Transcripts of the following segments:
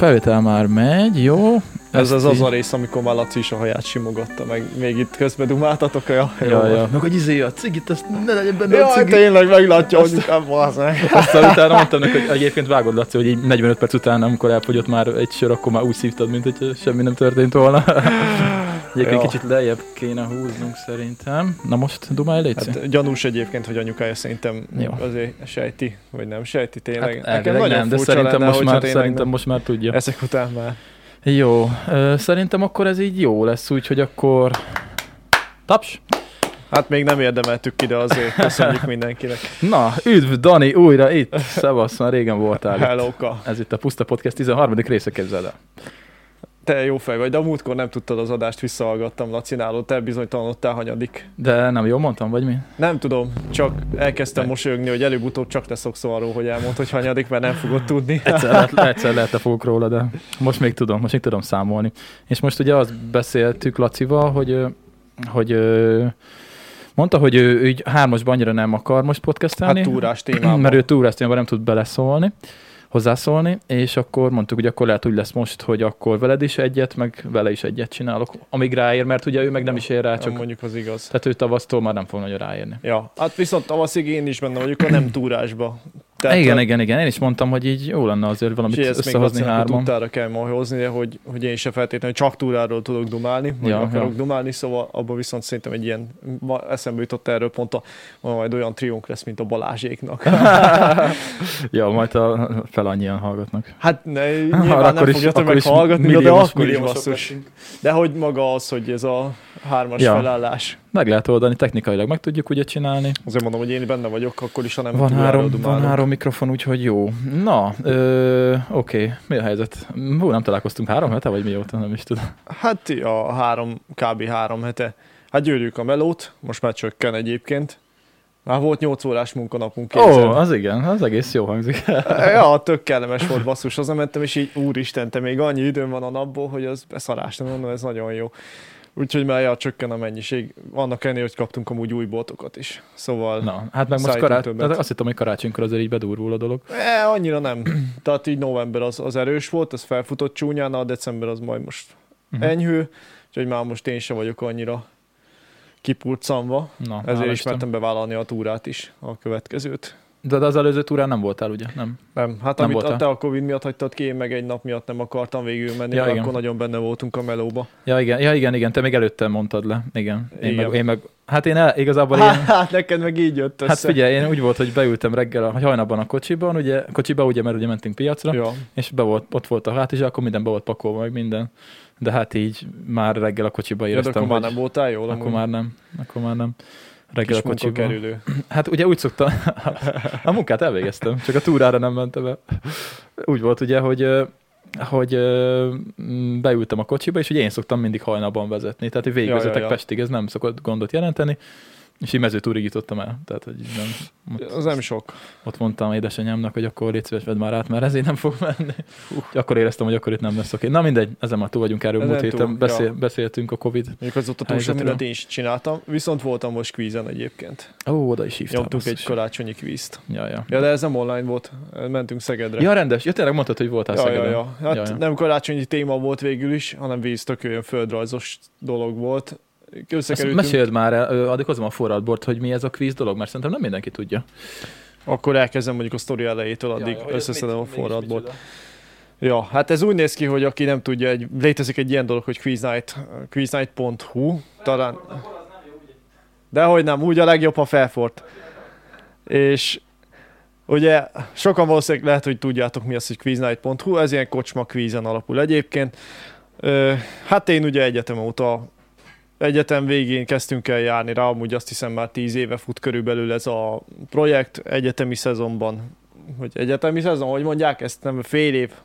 felvétel már megy, jó. Ez az a rész, amikor már Laci is a haját simogatta, meg még itt közben dumáltatok, ja. Meg hogy a cigit, azt ne legyen benne a cigi. cigi. Tényleg meglátja, hogy inkább az meg. Aztán utána mondtam neki, hogy egyébként vágod, Laci, hogy így 45 perc után, amikor elfogyott már egy sör, akkor már úgy szívtad, mint hogy semmi nem történt volna. Egyébként kicsit lejjebb kéne húznunk szerintem. Na most dumálj, létszik? Hát gyanús egyébként, hogy anyukája szerintem azért sejti, vagy nem sejti tényleg. Hát nekem nagyon nem, de szerintem most már tudja. Ezek után már. Jó, szerintem akkor ez így jó lesz, úgyhogy akkor... Taps! Hát még nem érdemeltük ide azért, köszönjük mindenkinek. Na, üdv Dani, újra itt! Szevasz, már régen voltál Hellóka. Ez itt a Puszta Podcast 13. része, képzeld el. Te jó fej vagy, de a múltkor nem tudtad az adást, visszahallgattam Lacináló, te bizonytalanodtál hanyadik. De nem jól mondtam, vagy mi? Nem tudom, csak elkezdtem mosolyogni, hogy előbb-utóbb csak te szoksz arról, hogy elmond, hogy hanyadik, mert nem fogod tudni. Egyszer lehet fogok róla, de most még tudom számolni. És most ugye azt beszéltük Lacival, hogy mondta, hogy ő így 3-asban annyira nem akar most podcastelni. Hát túrás témában. Mert ő túrás témában nem tud beleszólni. Hozzászólni, és akkor mondtuk, hogy akkor lehet úgy lesz most, hogy akkor veled is egyet, meg vele is egyet csinálok, amíg ráér, mert ugye ő meg nem is ér rá, csak mondjuk az igaz. Tehát ő tavasztól már nem fog nagyon ráérni. Ja, hát viszont tavaszig én is benne vagyok a nem túrásba. Tehát igen, én is mondtam, hogy így jó lenne azért valamit összehozni hárman. Tudtára kell majd hozni, de hogy én sem feltétlenül csak túráról tudok dumálni, vagy akarok dumálni, szóval abban viszont szerintem egy ilyen, eszembe jutott erről pont majd olyan triónk lesz, mint a Balázséknak. Ja, majd fel annyian hallgatnak. Hát nyilván nem fogjátok meghallgatni, de akkor is basszus. De hogy maga az, hogy ez a 3-as felállás. Meg lehet oldani, technikailag meg tudjuk ugye csinálni. Azért mondom, hogy én benne vagyok, akkor is, ha nem van 3 mikrofon, úgyhogy jó. Na, oké. Mi a helyzet? Nem találkoztunk 3 hete, vagy mióta? Nem is tudom. Hát kb. 3 hete. Hát gyűrjük a melót, most már csökken egyébként. Már volt 8 órás munkanapunk. Az igen, az egész jó hangzik. Ja, tök kellemes volt, basszus. Hazamentem, és így úristen, te még annyi időm van a napból, hogy az beszarás, nem mondom, ez nagyon jó. Úgyhogy már csökken a mennyiség. Annak ennél, hogy kaptunk amúgy új boltokat is. Szóval... Na, hát meg most azt hittem, hogy karácsonykor azért így bedurvul a dolog. Annyira nem. Tehát így november az erős volt, az felfutott csúnyán, a december az majd most enyhő, úgyhogy már most én sem vagyok annyira kipurcanva. Ezért is mertem bevállalni a túrát is, a következőt. De az előző túrán nem voltál, ugye? Nem. Hát nem amit te a Covid miatt hagytad ki, én meg egy nap miatt nem akartam végül menni, mert akkor nagyon benne voltunk a melóba. Ja, igen, te még előtte mondtad le. Igen. Igazából Hát neked meg így jött össze. Hát figyelj, én úgy volt, hogy beültem reggel hajnalban a kocsiba, mert ugye mentünk piacra, és ott volt a hátizsák, akkor minden be volt pakolva, meg minden. De hát így már reggel a kocsiba éreztem, akkor már nem voltál jól? Akkor már nem. Reggel a kocsiba. Kerülő. Hát ugye úgy szoktam, a munkát elvégeztem, csak a túrára nem mentem el. Úgy volt ugye, hogy beültem a kocsiba, és ugye én szoktam mindig hajnalban vezetni. Tehát, hogy végigvezetek Pestig, ez nem szokott gondot jelenteni. És így mezőtúrig jutottam el. Tehát, hogy nem, az nem sok. Ott mondtam édesanyámnak, hogy akkor légy szíves, vedd már át, mert ezért nem fog menni. Akkor éreztem, hogy akkor itt nem lesz oké. Na mindegy, ezen már túl vagyunk, erről múlt héten beszéltünk a Covid. Mondjuk azóta túl sok mindent én is csináltam, viszont voltam most kvízen egyébként. Oda is hívtam. Nyomtunk egy karácsonyi kvízt. Ja, de ez nem online volt, mentünk Szegedre. Ja, rendes. Ja, tényleg mondtad, hogy voltál Szegedre. Hát nem karácsonyi téma volt végül is, hanem víztök olyan földrajzos dolog volt. Meséld már el, addig hozom a forradbort, hogy mi ez a kvíz dolog, mert szerintem nem mindenki tudja. Akkor elkezdem mondjuk a sztori elejétől, addig összeszedem a forradbort. Ja, hát ez úgy néz ki, hogy aki nem tudja, létezik egy ilyen dolog, hogy quiznight.hu, talán... Dehogy nem, úgy a legjobb, ha felfort. És ugye sokan valószínűleg lehet, hogy tudjátok mi az, hogy quiznight.hu, ez ilyen kocsma kvízen alapul egyébként. Hát én ugye egyetem végén kezdtünk el járni rá, amúgy azt hiszem már 10 éve fut körülbelül ez a projekt egyetemi szezonban. Hogy egyetemi szezon, hogy mondják ezt? Nem, fél év.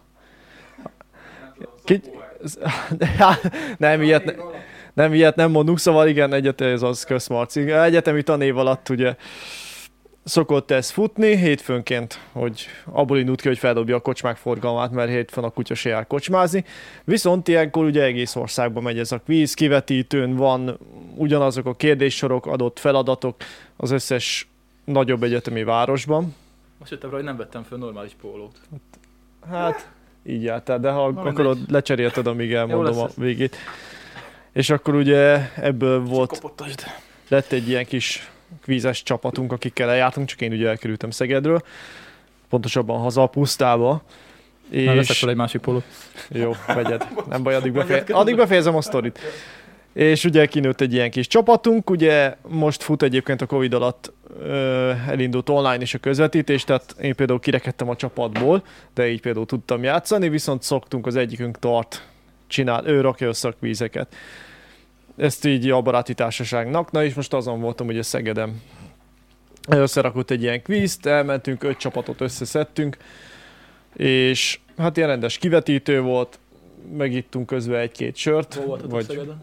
Nem, ilyet nem mondunk, szóval igen, ez az közmarci. Egyetemi tanév alatt ugye szokott ez futni, hétfőnként, hogy abból indult ki, hogy feldobja a kocsmák forgalmát, mert hétfőn a kutya se jár kocsmázni. Viszont ilyenkor ugye egész országban megy ez a kvíz, kivetítőn van ugyanazok a kérdéssorok, adott feladatok az összes nagyobb egyetemi városban. Most jöttem rá, hogy nem vettem föl normális pólót. Hát így jártál, de ha akarod, lecserélted, amíg elmondom a végét. És akkor ugye ebből lett egy ilyen kis kvízes csapatunk, akikkel eljártunk, csak én ugye elkerültem Szegedről, pontosabban haza a pusztába. És... veszek fel egy másik pólót. Jó, vegyed. Nem baj, addig befejezem a sztorit. És ugye kinőtt egy ilyen kis csapatunk, ugye most fut egyébként a Covid alatt elindult online is a közvetítés, tehát én például kirekedtem a csapatból, de így például tudtam játszani, viszont szoktunk, az egyikünk ő rakja össze a kvízeket. Ezt így a baráti társaságnak, na és most azon voltam, hogy a Szegedem összerakott egy ilyen kvízt, elmentünk, 5 csapatot összeszedtünk, és hát ilyen rendes kivetítő volt, megittunk közben 1-2 sört. Hol voltatok Szegeden?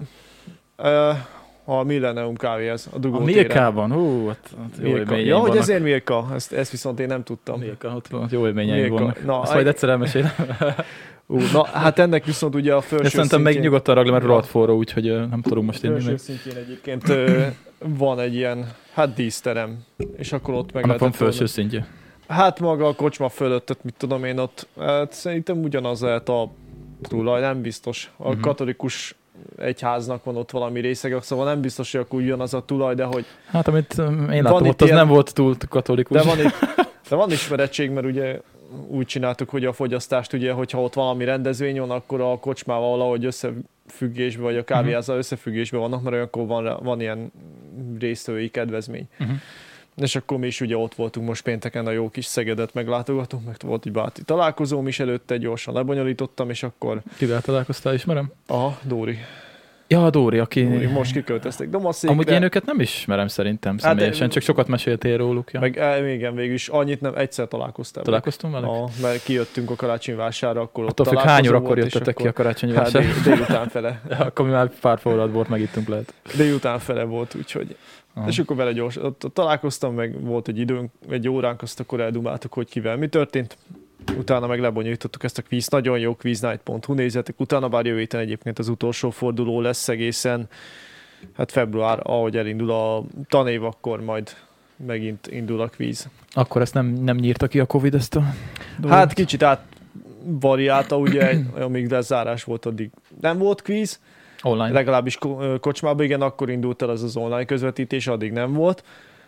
A Millennium kávéhez, a Dugó téren. A Milkában? Hát jó élményeim vannak. Hogy ezért Milka, ezt viszont én nem tudtam. Milka, ott jó élményeim vannak. Azt majd egyszer elmesélem. Na, hát ennek viszont ugye a felső szintjén... Szerintem meg nyugodtan ragli, mert rohadt forró, úgyhogy nem tudunk most inni. Felső szintjén egyébként van egy ilyen, díszterem, és akkor ott meg annak van felső szintje? Hát maga a kocsma fölött, mit tudom én ott, hát szerintem ugyanaz lehet a tulaj, nem biztos. A katolikus egyháznak van ott valami részeg, szóval nem biztos, hogy akkor ugyanaz a tulaj, de hogy... Hát amit én láttam, ott az nem volt túl katolikus. De van ismerettség, mert ugye úgy csináltuk, hogy a fogyasztást, ugye, hogyha ott valami rendezvény van, akkor a kocsmával valahogy összefüggésben, vagy a kávéházzal összefüggésben vannak, mert olyankor van ilyen résztvevői kedvezmény. És akkor mi is ugye ott voltunk most pénteken, a jó kis Szegedet meglátogatunk, meg volt egy baráti találkozóm is előtte, gyorsan lebonyolítottam, és akkor... Kivel találkoztál, ismerem? Aha, Dóri. Ja, Dóri, aki... Dóri, most kiköltöztek Domaszékre. Amúgy én őket nem ismerem szerintem személyesen, csak sokat meséltél róluk. Ja. Meg igen, végül is annyit nem, egyszer találkoztam. Találkoztunk velük? Mert kijöttünk a karácsonyvásárra, akkor ott attól függ, hány órakor jöttetek ki a karácsonyvásárra? Hát délután fele. Akkor mi már pár forrad bort megittunk lehet. Délután fele volt, úgyhogy... És akkor vele gyors, ott találkoztam, meg volt egy időnk, egy óránk, azt akkor eldumáltuk, hogy kivel mi történt. Utána meg lebonyolítottuk ezt a kvíz, nagyon jó quiznight.hu, nézzetek, utána bár jövő héten egyébként az utolsó forduló lesz egészen, hát február, ahogy elindul a tanév, akkor majd megint indul a kvíz. Akkor ezt nem nyírta ki a Covid ezt a dolgot? Hát kicsit átvariálta, ugye, amíg lezárás volt, addig nem volt kvíz. Online. Legalábbis kocsmában, igen, akkor indult el az online közvetítés, addig nem volt.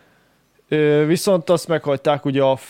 Viszont azt meghagyták, ugye a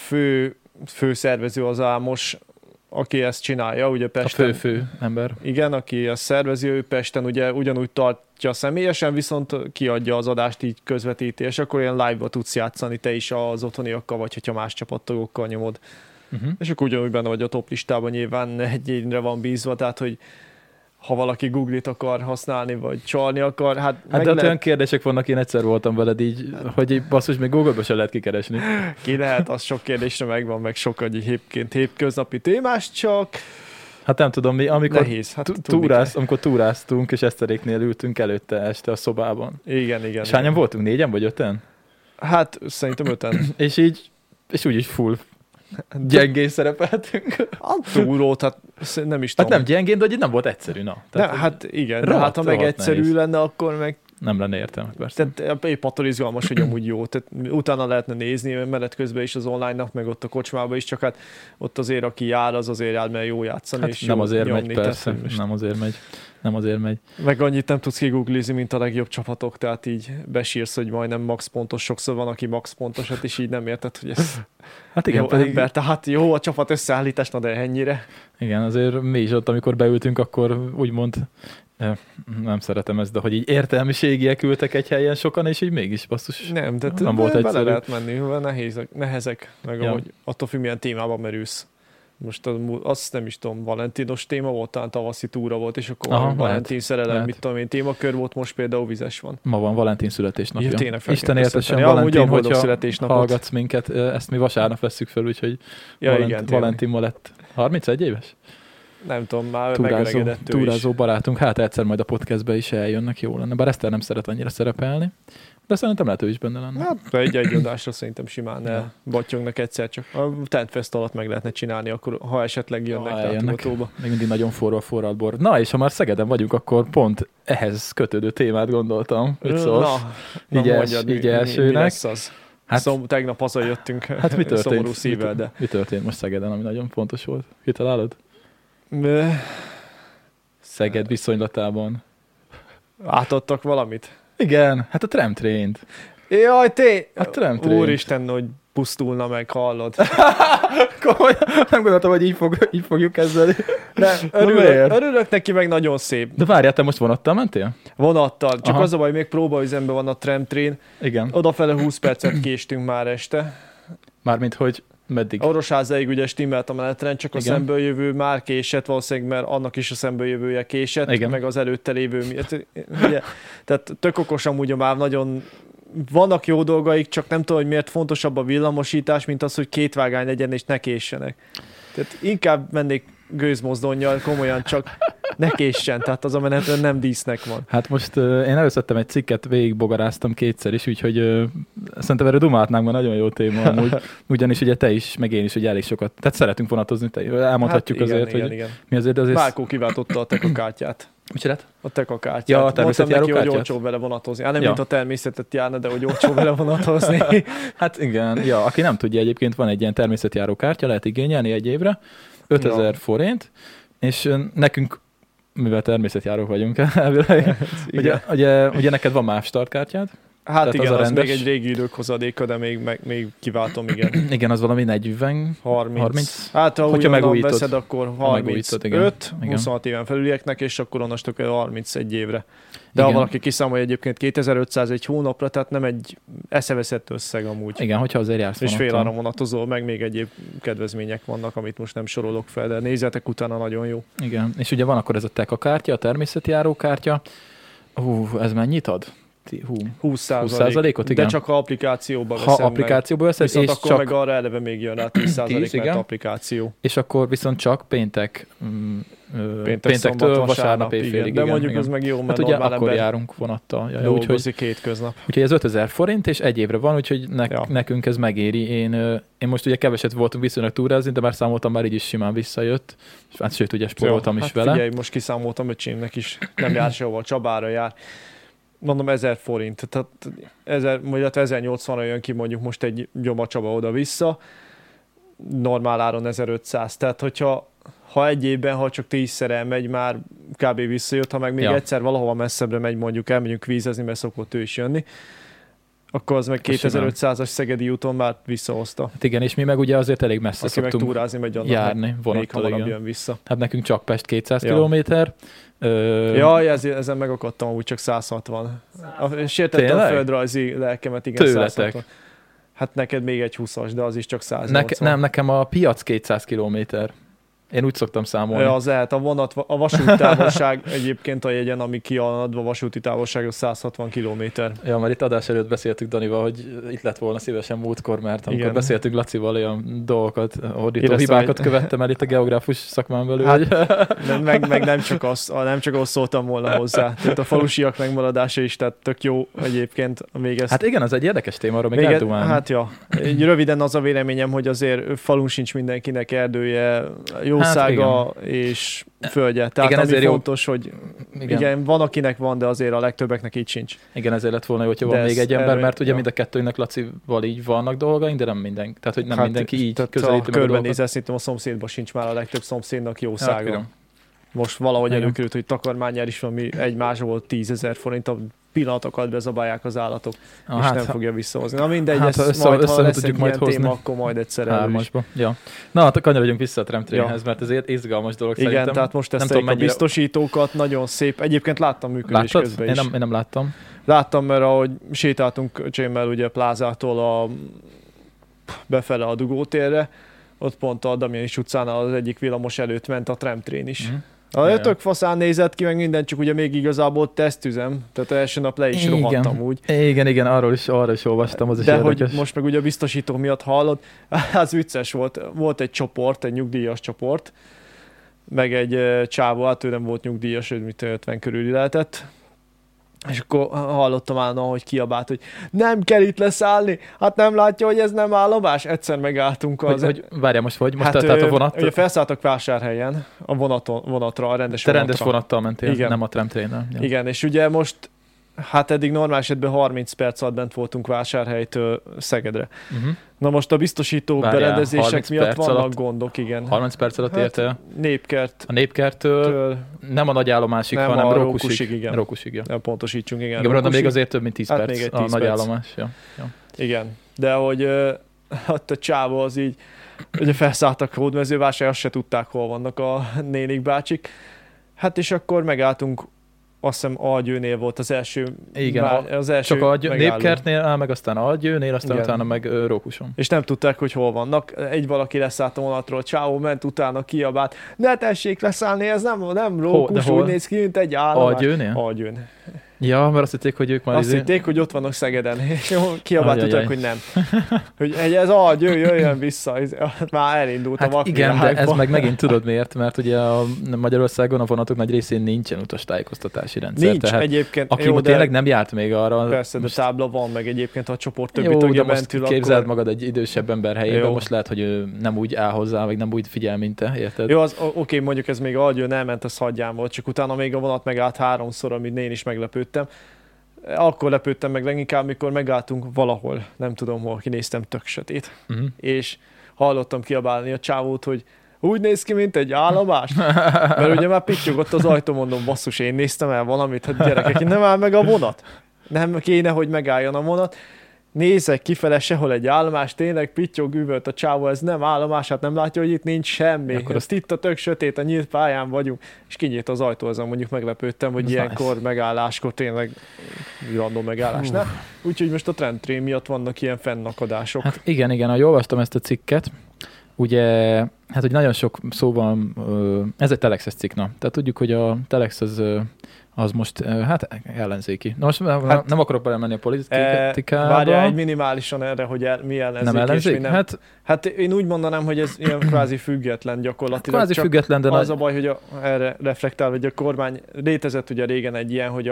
fő szervező az Ámos, aki ezt csinálja, ugye Pesten. A fő ember. Igen, aki ezt szervezi, ő Pesten ugye ugyanúgy tartja személyesen, viszont kiadja az adást így közvetíti, és akkor ilyen live-ba tudsz játszani te is az otthoniakkal, vagy hogyha más csapattagokkal nyomod. És akkor ugyanúgy benne vagy a top listában, nyilván egyre van bízva, tehát hogy ha valaki Google-it akar használni, vagy csalni akar, hát de olyan kérdések vannak, én egyszer voltam veled így, hogy basszus, még Google-ba se lehet kikeresni. Ki lehet, az sok kérdésre megvan, meg sok egyébként hétköznapi témás, csak... Hát nem tudom, mi, amikor nehéz, amikor túráztunk, és Eszteréknél ültünk előtte este a szobában. Igen. És hányan voltunk? 4-en vagy 5-en? Hát szerintem 5-en. és úgy is full gyengén szerepeltünk. A túrót, hát nem is tudom. Hát nem gyengén, de hogy nem volt egyszerű, na. Tehát, hát igen, de hát ha meg egyszerű nehéz lenne, akkor meg... Nem lenne értelme, persze. Tehát épp attól izgalmas, hogy amúgy jó. Tehát utána lehetne nézni, menet közben is az online-nak, meg ott a kocsmában is, csak hát ott azért, aki jár, az azért jár, mert jó játszani, hát és nem jó azért nyomni, megy, persze, nem azért megy. Meg annyit nem tudsz kiguglizni, mint a legjobb csapatok, tehát így besírsz, hogy majdnem max pontos, sokszor van, aki max pontos, hát is így nem érted, hogy ez hát igen, jó ember, tehát jó a csapat összeállítás, na de ennyire. Igen, azért mi is ott, amikor beültünk, akkor úgymond nem szeretem ezt, de hogy így értelmiségiek ültek egy helyen sokan, és így mégis basszus. Nem, de nem volt egyszerű. Bele lehet menni, nehezek, meg ahogy attól függ, milyen témában merülsz. Most azt nem is tudom, valentinos téma volt, talán tavaszi túra volt, és akkor Valentin szerelem, mit tudom én, témakör volt, most például vizes van. Ma van Valentin születésnapja. Ja, tényleg Isten éltessen Valentin, hogyha hallgatsz minket, ezt mi vasárnap vesszük fel, úgyhogy Valentin ma lett 31 éves? Nem tudom, már megöregedett túrázó barátunk, hát egyszer majd a podcastbe is eljönnek, jó lenne. Bár Eszter nem szeret annyira szerepelni, de szerintem lehet ő is benne lenne. Hát egy adásra szerintem simán battyognak egyszer, csak a Tentfest alatt meg lehetne csinálni, akkor ha esetleg jönnek látogatóba. Még mindig nagyon forró a forradbor. Na, és ha már Szegeden vagyunk, akkor pont ehhez kötődő témát gondoltam, hogy szólsz. Így elsőnek. Mi lesz az? Hát, tegnap hazajöttünk, hát mi történt? szomorú szívvel, de... Mi történt most Szegeden, ami nagyon fontos volt? Kitalálod? Szeged viszonylatában. Átadtak valamit? Igen, hát a tramtraint. Jaj, A tramtraint. Úristen, hogy pusztulna meg, hallod. Komolyan, nem gondoltam, hogy így fogjuk kezelni. Örülök neki, meg nagyon szép. De várjál, te most vonattal mentél? Vonattal, csak Aha. az a baj, még próbaüzemben van a tramtrain. Igen. Odafele 20 percet késtünk már este. Mármint, hogy meddig? Orosházáig ugye stimmelt a menetrend, csak a Igen. szemből jövő már késett, valószínűleg, mert annak is a szemből jövője késett, Igen. meg az előtte lévő miatt. Ugye, tehát tök okos amúgy már nagyon vannak jó dolgaik, csak nem tudom, hogy miért fontosabb a villamosítás, mint az, hogy két vágány legyen és ne késsenek. Tehát inkább mennék gőzmozdonnyal, komolyan csak ne késsen, tehát az a menetrend nem dísznek van. Hát most én előszedtem egy cikket, végigbogaráztam kétszer is, úgyhogy szerintem erre dumálhatnánk, mert nagyon jó téma amúgy. Ugyanis ugye te is, meg én is ugye elég sokat, tehát szeretünk vonatozni, elmondhatjuk hát igen, azért, igen, hogy igen. mi azért... Márkó kiváltotta a Teka kártyát. Mit csinált? A Teka kártyát. Ja, a mondtam természetjáró neki, hogy kártyát? olcsóbb vele vonatozni. Hát nem, Ja. mint a természetet járna, de hogy olcsóbb vele vonatozni. Hát igen, ja, aki nem tudja, egyébként van egy ilyen természetjáró kártya, lehet igényelni egy évre, 5000 forint, és nekünk, mivel természetjárók vagyunk, elvileg, ugye neked van MÁV startkártyád? Hát Tehát igen, az a az még rendes. egy régi idők hozadéka, de még kiváltom, igen. Igen, az valami 40, 30. Hát ha Hogyha újonnan megújítod. veszed, akkor megújítod, igen. 35, Igen. 26 éven felülieknek, és akkor onnastól 31 évre. De Igen. ha valaki kiszámolja egyébként 2500 egy hónapra, tehát nem egy eszeveszett összeg amúgy. Igen, hogyha azért jársz És vonattal. féláron vonatozó, meg még egyéb kedvezmények vannak, amit most nem sorolok fel, de nézzetek utána, nagyon jó. Igen, és ugye van akkor ez a Teka kártya, a természetjáró kártya. Ez mennyit ad? 20%-ot, igen. De csak ha applikációba Ha veszem applikációba meg. veszed, Viszont és akkor csak... meg arra eleve még jön rá 10%, 10, igen. mert applikáció. És akkor viszont csak péntektől szombat, vasárnap éjfélig. igen. De mondjuk igen. az meg jó, mert Hát ugye normál akkor ember járunk vonattal. Ja, dolgozik két köznap. úgyhogy ez 5000 forint, és egy évre van, úgyhogy Ja. nekünk ez megéri. Én most ugye keveset voltunk viszonylag túrázni, de már számoltam, már így is simán visszajött. Hát sőt, ugye spóroltam is vele. Figyelj, most kiszámoltam öcsémnek is, nem jár sehova, Csabára jár. Mondom 1000 forint, tehát 1080-ra jön ki mondjuk most egy Gyoma Csaba oda-vissza, normál áron 1500, tehát ha egy évben, ha csak 10-szer elmegy, már kb. Visszajött, ha meg még egyszer valahova messzebbre megy, mondjuk elmegyünk vízezni, mert szokott ő is jönni, akkor az meg 2500-as Szegedi úton már visszahozta. Hát igen, és mi meg ugye azért elég messze Aki meg szoktunk túrázni megy, annak járni még vonattal, hamarabb igen. jön vissza. Hát nekünk csak Pest 200 Ja. kilométer. Jaj, ezen megakadtam, úgy csak 160. Sértette a földrajzi lelkemet, igen, Tőletek. 160. Hát neked még egy 20-as, de az is csak 180. Nem, nekem a piac 200 kilométer. Én úgy szoktam számolni. Ja, az lehet, a vasúti távolság egyébként a jegyen, ami ki van adva, vasúti távolság, az 160 kilométer. Ja, mert itt adás előtt beszéltük Danival, hogy itt lett volna szívesen múltkor, mert amikor Igen. beszéltünk Lacival, olyan dolgokat, ordító Éreztem, hibákat hogy- követtem el itt a geográfus szakmán belül. Hát, hogy... meg nem csak azt szóltam volna hozzá. Tehát a falusiak megmaradása is, tehát tök jó egyébként még ezt. Hát igen, az egy érdekes téma, arról még lehet dumálni. Hát ja, egy röviden az a véleményem, hogy azért falun sincs mindenkinek erdője, jószága és földje. Tehát igen, ami ezért fontos, hogy igen, van akinek van, de azért a legtöbbeknek így sincs. Igen, ezért lett volna jó, hogyha De van még egy ember, erről- mert ugye ja. mind a kettőnek Lacival így vannak dolgaink, de nem mindenki. Tehát, hogy nem mindenki így tehát közelíti ha meg a dolgokat. körbenézel, szerintem a szomszédban sincs már a legtöbb szomszédnak jószága. igen. Most valahogy Igen. előkerült, hogy takarmányár is van, ami egy másról 10 000 forint, a pillanatokat bezabálják az állatok, és nem fogja visszahozni. Na mindegy, hát, ez ha majd, ha lesz tudjuk egy majd ilyen hozni. téma, akkor majd egyszer elő is. Hármasba. Ja. Na, hát kanyarodjunk vissza a tramtrainhez, mert ez izgalmas dolog Igen, szerintem. tehát most ezt a biztosítókat nagyon szép. Egyébként láttam működés közben is. Én nem láttam. Láttam, mert ahogy sétáltunk öcsémmel ugye a plázától befele a Dugótérre, ott pont a Damjanics utcán az egyik villamos előtt ment a tramtrain is. Tök faszán nézett ki, meg minden, csak ugye még igazából tesztüzem, tehát első nap le is rohadtam úgy. Igen, arra is olvastam, az is de érdekes. hogy most meg ugye a biztosító miatt hallod, az vicces volt egy csoport, egy nyugdíjas csoport, meg egy csávó, hát ő nem volt nyugdíjas, ő mit 50 körüli lehetett, és akkor hallottam állandóan, hogy kiabált, hogy nem kell itt leszállni, hát nem látja, hogy ez nem állomás. Egyszer megálltunk. Várjál, most vagy? Most hát, tehát a vonat? Ugye felszálltak Vásárhelyen a vonatra, a rendes Te vonatra. rendes vonattal mentél, igen. nem a tramtrain-nel. Ja. Igen, és ugye most Hát eddig normál esetben 30 perc alatt bent voltunk Vásárhelytől Szegedre. Na most a biztosító berendezések miatt vannak gondok, igen. 30 perc alatt érte? Népkert. A Népkerttől nem a nagy állomásig, hanem a Rókusig. Igen. Rókusig, ja. Ja, pontosítsunk, igen. Igen, még azért több mint 10 perc még egy 10 a nagy perc. állomás. Ja. Igen, de hogy ott a csávó az így, ugye felszálltak Hódmezővásárhely, azt se tudták, hol vannak a nénik bácsik. Hát és akkor megálltunk, azt hiszem Algyőnél volt az első. Igen, az első csak a Népkertnél áll, meg aztán Algyőnél, aztán igen. Utána meg Rókuson. És nem tudták, hogy hol vannak. Egy valaki leszállt a vonatról, csávó ment utána, kiabált. Ne tessék leszállni, ez nem Rókus, úgy néz ki, mint egy állomás. Algyőnél? Algyőn. Ja, mert azt hitték, hogy ők már... Azt hitték, hogy ott vannak Szegeden, és kiabáltottak, hogy nem. Hogy ez Algyő, jöjjön vissza, már elindultam hát igen, de ez meg megint tudod miért, mert ugye a Magyarországon a vonatok nagy részén nincsen utastájékoztatási rendszer. Nincs tehát egyébként. aki jó, tényleg nem járt még arra... Persze, de tábla van, meg egyébként, ha a csoport többi tagja bent ül, képzeld magad egy idősebb ember helyében, most lehet, hogy ő nem úgy áll hozzá, meg nem úgy figyel, mint te, érted? Jó, oké, mondjuk ez még Algyőn elment, az hagyján volt, csak utána még a vonat megállt 3-szor, amit én is meglepődtem. Akkor lepődtem meg leginkább, amikor megálltunk valahol, nem tudom hol, kinéztem, tök sötét. És hallottam kiabálni a csávót, hogy úgy néz ki, mint egy állomás. Mert ugye már pittyogott az ajtó, mondom, basszus, én néztem el valamit, hát gyerekek, nem áll meg a vonat. Nem kéne, hogy megálljon a vonat. Nézek kifele, sehol egy állomás, tényleg pittyog, üvölt a csávó, ez nem állomás, hát nem látja, hogy itt nincs semmi. Akkor azt itt a tök sötét, a nyílt pályán vagyunk, és kinyílt az ajtó, azon mondjuk meglepődtem, hogy ez ilyenkor nice. Megálláskor tényleg random megállásnál. Úgyhogy most a trendtrén miatt vannak ilyen fennakadások. Hát igen, jól olvastam ezt a cikket. Ugye, hát hogy nagyon sok szó van, ez egy telexes cikk, na. Tehát tudjuk, hogy a telex az most, hát ellenzéki. Na most nem akarok belemenni a politikába. Várjál egy minimálisan erre, hogy mi ellenzéki. Nem ellenzék? És mi nem. Hát én úgy mondanám, hogy ez ilyen kvázi független gyakorlatilag. Kvázi független, de az a baj, hogy erre reflektál, hogy a kormány létezett ugye régen egy ilyen, hogy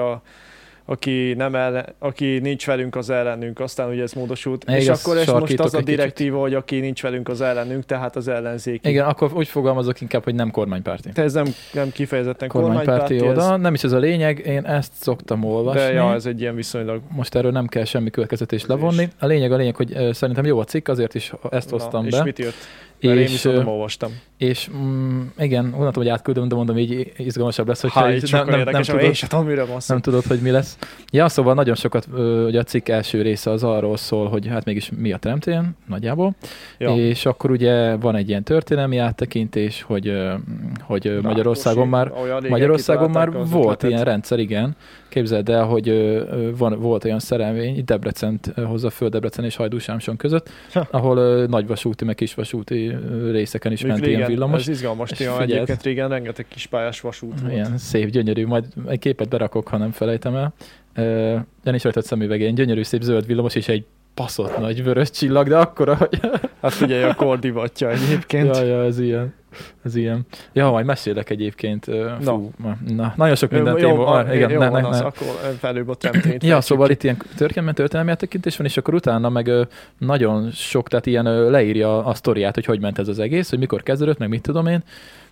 aki nincs velünk, az ellenünk, aztán ugye ez módosult. És akkor ez most az a direktíva, hogy aki nincs velünk, az ellenünk, tehát az ellenzéki. Igen, akkor úgy fogalmazok inkább, hogy nem kormánypárti. Ez nem kifejezetten kormánypárti oda. Nem is ez a lényeg, én ezt szoktam olvasni. De ja, ez egy ilyen viszonylag... Most erről nem kell semmi következtetést levonni. A lényeg, hogy szerintem jó a cikk, azért is ezt hoztam be. És mit jött? Mert én viszont nem olvastam. És igen, gondoltam, hogy átküldöm, de mondom, így izgalmasabb lesz, hogyha nem tudod, hogy mi lesz. Ja, szóval nagyon sokat, ugye a cikk első része az arról szól, hogy hát mégis mi a Trendtrén, nagyjából. Ja. És akkor ugye van egy ilyen történelmi áttekintés, hogy Magyarországon már volt ilyen rendszer, igen. Képzeld el, hogy volt olyan szerelvény, itt Debrecent hozza föl, Debrecen és Hajdúsámson között, ahol nagyvasúti, meg kisvasúti részeken is ment ilyen villamos. Ez izgalmas téma, egyébként régen rengeteg kispályás vasút volt. Ilyen szép, gyönyörű, majd egy képet berakok, ha nem felejtem el. Nincs rajtad szemüvegén, gyönyörű, szép zöld villamos, és egy baszott nagy vörös csillag, de akkora, hogy... Hát figyelj, a kordivatja egyébként. Ja, ez ilyen. Ja, majd mesélek egyébként. Fú, na, nagyon sok minden téma. Akkor felőbb a Trendtrént. Ja, szóval itt ilyen történelmi áttekintés van, és akkor utána meg nagyon sok, tehát ilyen leírja a sztoriát, hogy ment ez az egész, hogy mikor kezdődött, meg mit tudom én,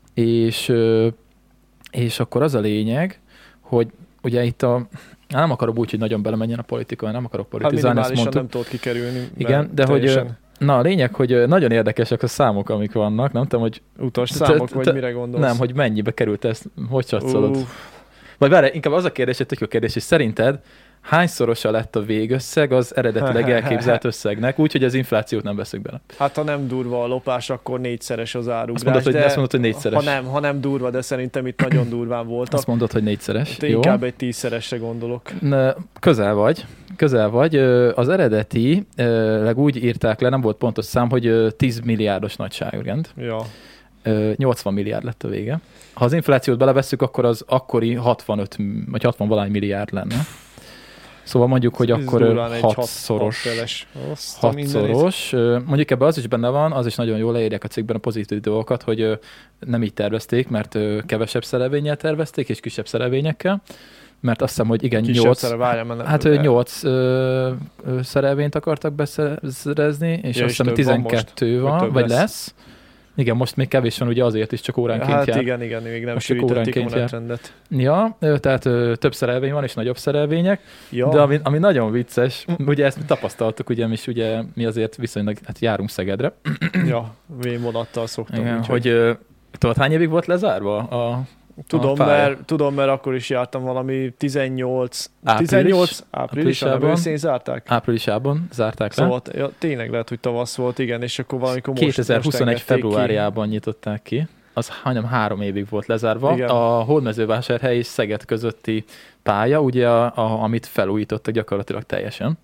és akkor az a lényeg, hogy ugye itt nem akarok úgy, hogy nagyon belemenjen a politika, nem akarok politizálni. Hát minimálisan nem tudod kikerülni. Igen, de teljesen... hogy... Na, a lényeg, hogy nagyon érdekesek a számok, amik vannak. Nem tudom, hogy... Utas számok, vagy mire gondolsz? Nem, hogy mennyibe került ezt, hogy csatszolod? Vagy várj, inkább az a kérdés, egy tök jó kérdés, hogy szerinted hányszorosa lett a végösszeg az eredetileg elképzelt összegnek, úgyhogy az inflációt nem veszük bele? Hát ha nem durva a lopás, akkor 4-szeres az árugrás. Azt mondod, hogy 4-szeres. Ha nem durva, de szerintem itt nagyon durván voltak. Azt mondod, hogy 4-szeres. Jó. Inkább egy 10-szeresre gondolok. Közel vagy. Az eredeti, úgy írták le, nem volt pontos szám, hogy 10 milliárdos nagyságrend. Ja. 80 milliárd lett a vége. Ha az inflációt belevesszük, akkor az akkori 65 vagy 60 valány milliárd lenne. Szóval mondjuk, hogy akkor 6-szoros. Mondjuk ebben az is benne van, az is nagyon jól leírják a cikkben a pozitív dolgokat, hogy nem így tervezték, mert kevesebb szerelvénnyel tervezték, és kisebb szerelvényekkel. Mert azt hiszem, hogy igen, 8 szerelvényt akartak beszerezni, és azt hiszem 12 van, vagy lesz. Igen, most még kevés van, ugye azért is csak óránként hát jár. igen, még nem Most csak sűrítették a óránként jár. menetrendet. Ja, tehát több szerelvény van, és nagyobb szerelvények, Ja. de ami nagyon vicces, ugye ezt mi tapasztaltuk, ugye mi azért viszonylag járunk Szegedre. Ja, vénvonattal szoktam. Igen, úgyhogy... hogy tudod, hány évig volt lezárva a Tudom, mert akkor is jártam valami 18 áprilisban, nem őszén zárták? Áprilisában zárták le. Szóval ja, tényleg lehet, hogy tavasz volt, igen, és akkor valamikor 2021 februárjában nyitották ki. Az hanem 3 évig volt lezárva. Igen. A Hódmezővásárhely és Szeged közötti pálya, ugye, amit felújítottak gyakorlatilag teljesen.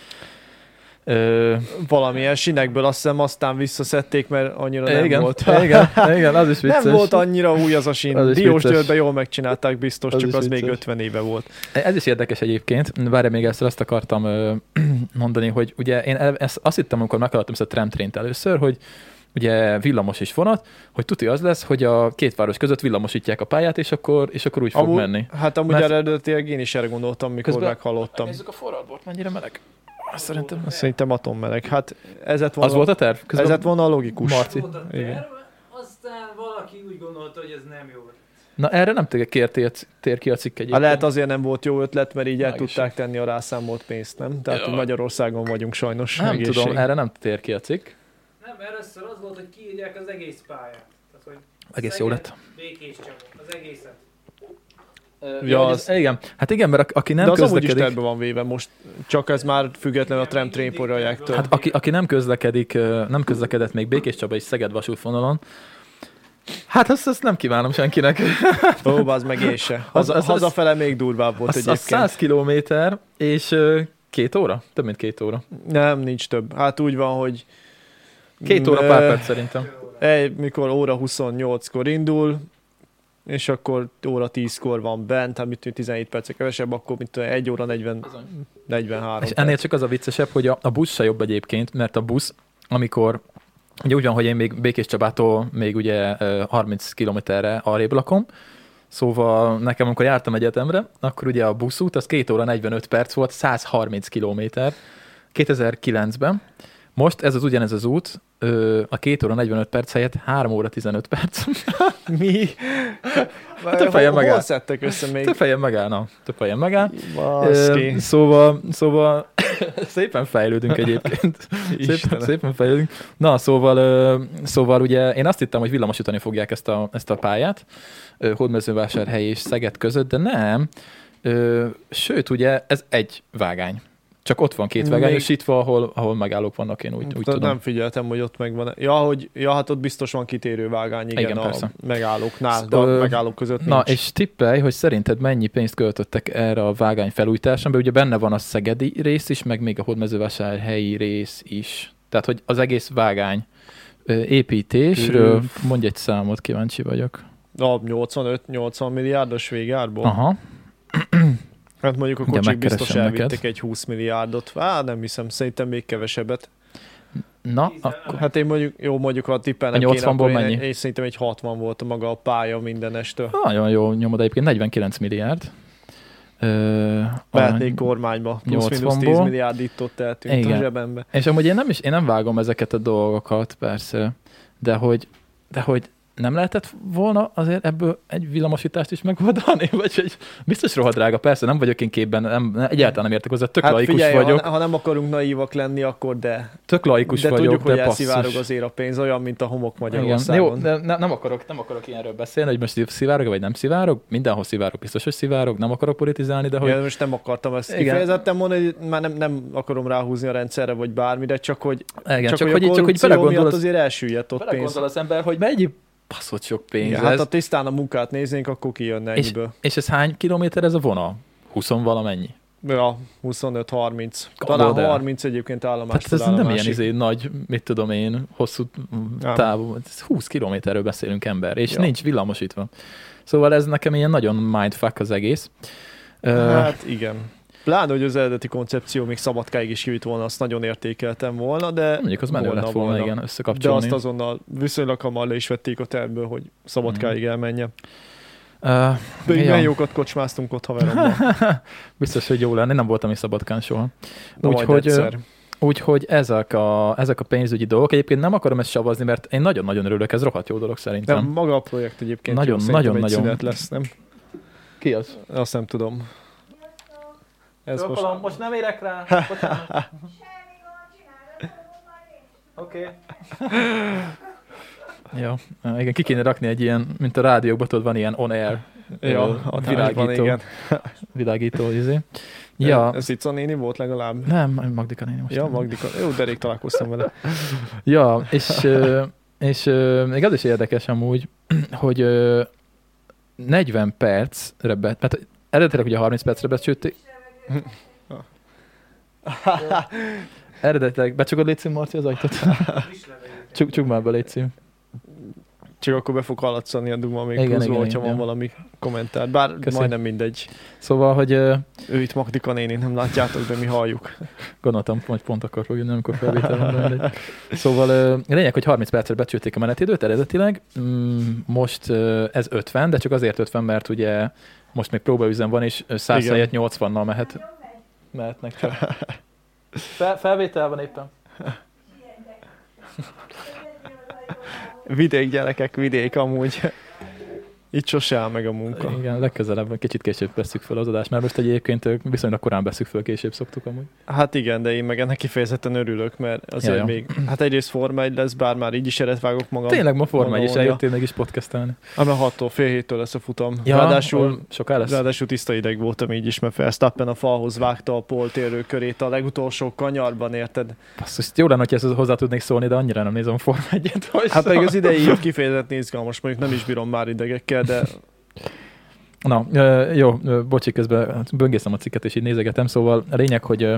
Valamilyen sinekből azt hiszem aztán visszaszedték, mert annyira nem igen, volt. Igen, az is vicces. Nem volt annyira új az a sín. Diósgyőrben jól megcsinálták biztos, csak az vicces. még 50 éve volt. Ez is érdekes egyébként. Várj, még azt akartam mondani, hogy ugye én azt hittem, amikor meghallottam ezt a tramtraint először, hogy ugye villamos is vonat, hogy tuti az lesz, hogy a két város között villamosítják a pályát, és akkor úgy fog menni. Hát amúgy eredetileg én is erre gondoltam, mikor meghallottam. Nézzük a forradbort, mennyire meleg. Szerintem atommeleg. Hát az volt a terv? Ez lett volna a logikus. Marci. Az volt a terv, aztán valaki úgy gondolta, hogy ez nem jó. Na erre nem tér ki a cikk egyébként. Lehet azért nem volt jó ötlet, mert így el tudták tenni a rászámolt pénzt, nem? Tehát Magyarországon vagyunk sajnos. Nem tudom, erre nem tér ki a cikk. Nem, először az volt, hogy kiírják az egész pályát. Tehát, hogy egész jó lett. Békés Csaba, az egészet. Igen. Hát igen, mert aki nem közlekedik... közlekedik... De az amúgy is terve van véve most, csak ez már független a tram-train projektől. Hát aki nem közlekedett még Békés Csaba és Szeged vasútvonalon, hát azt nem kívánom senkinek. Ó, az meg én se. Hazafele még durvább volt egyébként. 100 kilométer és 2 óra? Több mint 2 óra. Nem, nincs több. Hát úgy van, hogy... 2 óra pár perc szerintem. Mikor óra 28-kor indul, és akkor óra 10-kor van bent, hát mit 17 percek kevesebb, akkor mint 1 óra 43 És ennél csak az a viccesebb, hogy a busz se jobb egyébként, mert a busz, amikor ugye úgy van, hogy én még Békés Csabától még ugye 30 kilométerre arrébb lakom, szóval nekem, amikor jártam egyetemre, akkor ugye a buszút, az 2 óra 45 perc volt, 130 kilométer 2009-ben. Most ugyanez az út, a 2 óra 45 perc helyett 3 óra 15 perc. Mi? Több helyen megáll. Hol szedtek össze még? Több helyen megáll. Szóval szépen fejlődünk egyébként. Szépen fejlődünk. Na, szóval ugye én azt hittem, hogy villamosítani fogják ezt a pályát, Hódmezővásárhely és Szeged között, de nem. Sőt, ugye ez egy vágány. Csak ott van 2 vágányosítva, ahol megállók vannak, én úgy tudom. Nem figyeltem, hogy ott megvan. Hát ott biztos van kitérő vágány, igen a persze. megállóknál, de a megállók között nincs. Na, és tippelj, hogy szerinted mennyi pénzt költöttek erre a vágány felújításra, ugye benne van a szegedi rész is, meg még a Hódmezővásárhelyi rész is. Tehát, hogy az egész vágány építésről, mondj egy számot, kíváncsi vagyok. A 85-80 milliárdos végárból? Aha. Hát mondjuk a kocsik biztos elvittek egy 20 milliárdot. Nem hiszem, szerintem még kevesebbet. Na, akkor... Hát én mondjuk a tippelnem a 80-ból mennyi? Én szerintem egy 60 volt maga a pálya mindenestől. Nagyon jó nyomod egyébként, 49 milliárd. Mehetnék kormányba, plusz-minusz 10 milliárd itt-ott eltűnt a zsebembe. És amúgy én nem vágom ezeket a dolgokat, persze, de hogy nem lehetett volna azért ebből egy villamosítást is megoldani? Vagy hogy biztos rohadt drága, persze, nem vagyok én képben, egyáltalán nem értek hozzá, tök laikus figyelj, vagyok. Ha nem akarunk naívak lenni, akkor tök laikus vagyok, tudjuk, hogy de elszivárog azért a pénz, olyan, mint a homok Magyarországon. Jó, de nem akarok ilyenről beszélni, hogy most szivárog, vagy nem szivárog. Mindenhol szivárog, biztos, hogy szivárog, nem akarok politizálni, de hogy... Ja, most nem akartam ezt kifejezetten mondani, hogy már nem akarom ráhúzni a rendszerre, vagy bármire, csak hogy a korrupció miatt azért elsüllyedt ott pénz. Belegondol az ember, hogy mennyi baszott sok pénz. Igen, hát ha tisztán a munkát néznénk, akkor kijönne ennyiből. És ez hány kilométer ez a vonal? 20 valamennyi? Ja, 25-30. Talán 30 egyébként állomástól tehát ez nem ilyen nagy, mit tudom én, hosszú távú. 20 kilométerről beszélünk ember, és nincs villamosítva. Szóval ez nekem ilyen nagyon mindfuck az egész. Hát igen. Pláne, hogy az eredeti koncepció még Szabadkáig is kivitt volna, azt nagyon értékeltem volna, de... Mondjuk az menő lett volna, igen, összekapcsolni. De azt azonnal viszonylag hamar le is vették a tervből, hogy Szabadkáig elmenjen. De igen, jókat kocsmáztunk ott haverommal. Biztos, hogy jó lenne, nem voltam is Szabadkán soha. Úgyhogy úgyhogy ezek a pénzügyi dolgok. Egyébként nem akarom ezt savazni, mert én nagyon-nagyon örülök, ez rohadt jó dolog szerintem. De maga a projekt egyébként nagyon szünet lesz, nem? Ki az? Azt nem tudom. Ez most nem érek rá. Oké. Ja, igen, ki kéne rakni egy ilyen, mint a rádiókban, tudod, van ilyen on-air világító izé. Ja. Ez Cica néni volt legalább? Nem, Magdika néni most. Ja, Magdika. Jó, de rég találkoztam vele. Ja, és még az is érdekes amúgy, hogy 40 percre, mert eredetileg ugye 30 percre becsülték. Eredetileg, becsukod légy szín, Marci, az ajtót? Csukd már be, légy szín. Csak akkor be fog hallatszani a duma még pluszba, hogyha van valami kommentár. Bár majdnem mindegy. Szóval, hogy... Ő itt Magdika néni, nem látjátok, de mi halljuk. Gondoltam, hogy pont akkor fog jönni, amikor felvétel van. Mindegy. Szóval lényeg, hogy 30 percre becsülték a menetidőt eredetileg. Most ez 50, de csak azért 50, mert ugye most még próbaüzem van, és 100 helyett 80-nal mehetnek csak. Felvétel van éppen. Vidék gyerekek, vidék amúgy. Itt sose áll meg a munka. Igen, legközelebb, kicsit később vesszük fel az adást, mert most egyébként viszonylag korán vesszük fel, később szoktuk amúgy. Hát igen, de én meg ennek kifejezetten örülök, mert azért még, hát egyrészt Forma 1 lesz, bár már így is vágok magam. Tényleg ma Forma 1 is eljöttél mégis podcastelni. Ame 6-tól, fél 7-től lesz a futam. Ja, ráadásul tiszta ideg voltam így is, mert Verstappen a falhoz vágta a poltérő körét a legutolsó kanyarban, érted? Basszus, jó lenne, hogy ezt hozzá tudnék szólni, de annyira nem nézem a Forma 1-et. Hát pedig az idei kifejezetten izgalmas, mondjuk nem is bírom már idegekkel, de... Na, jó, bocsi, közben böngészem a cikket, és így nézegetem, szóval a lényeg, hogy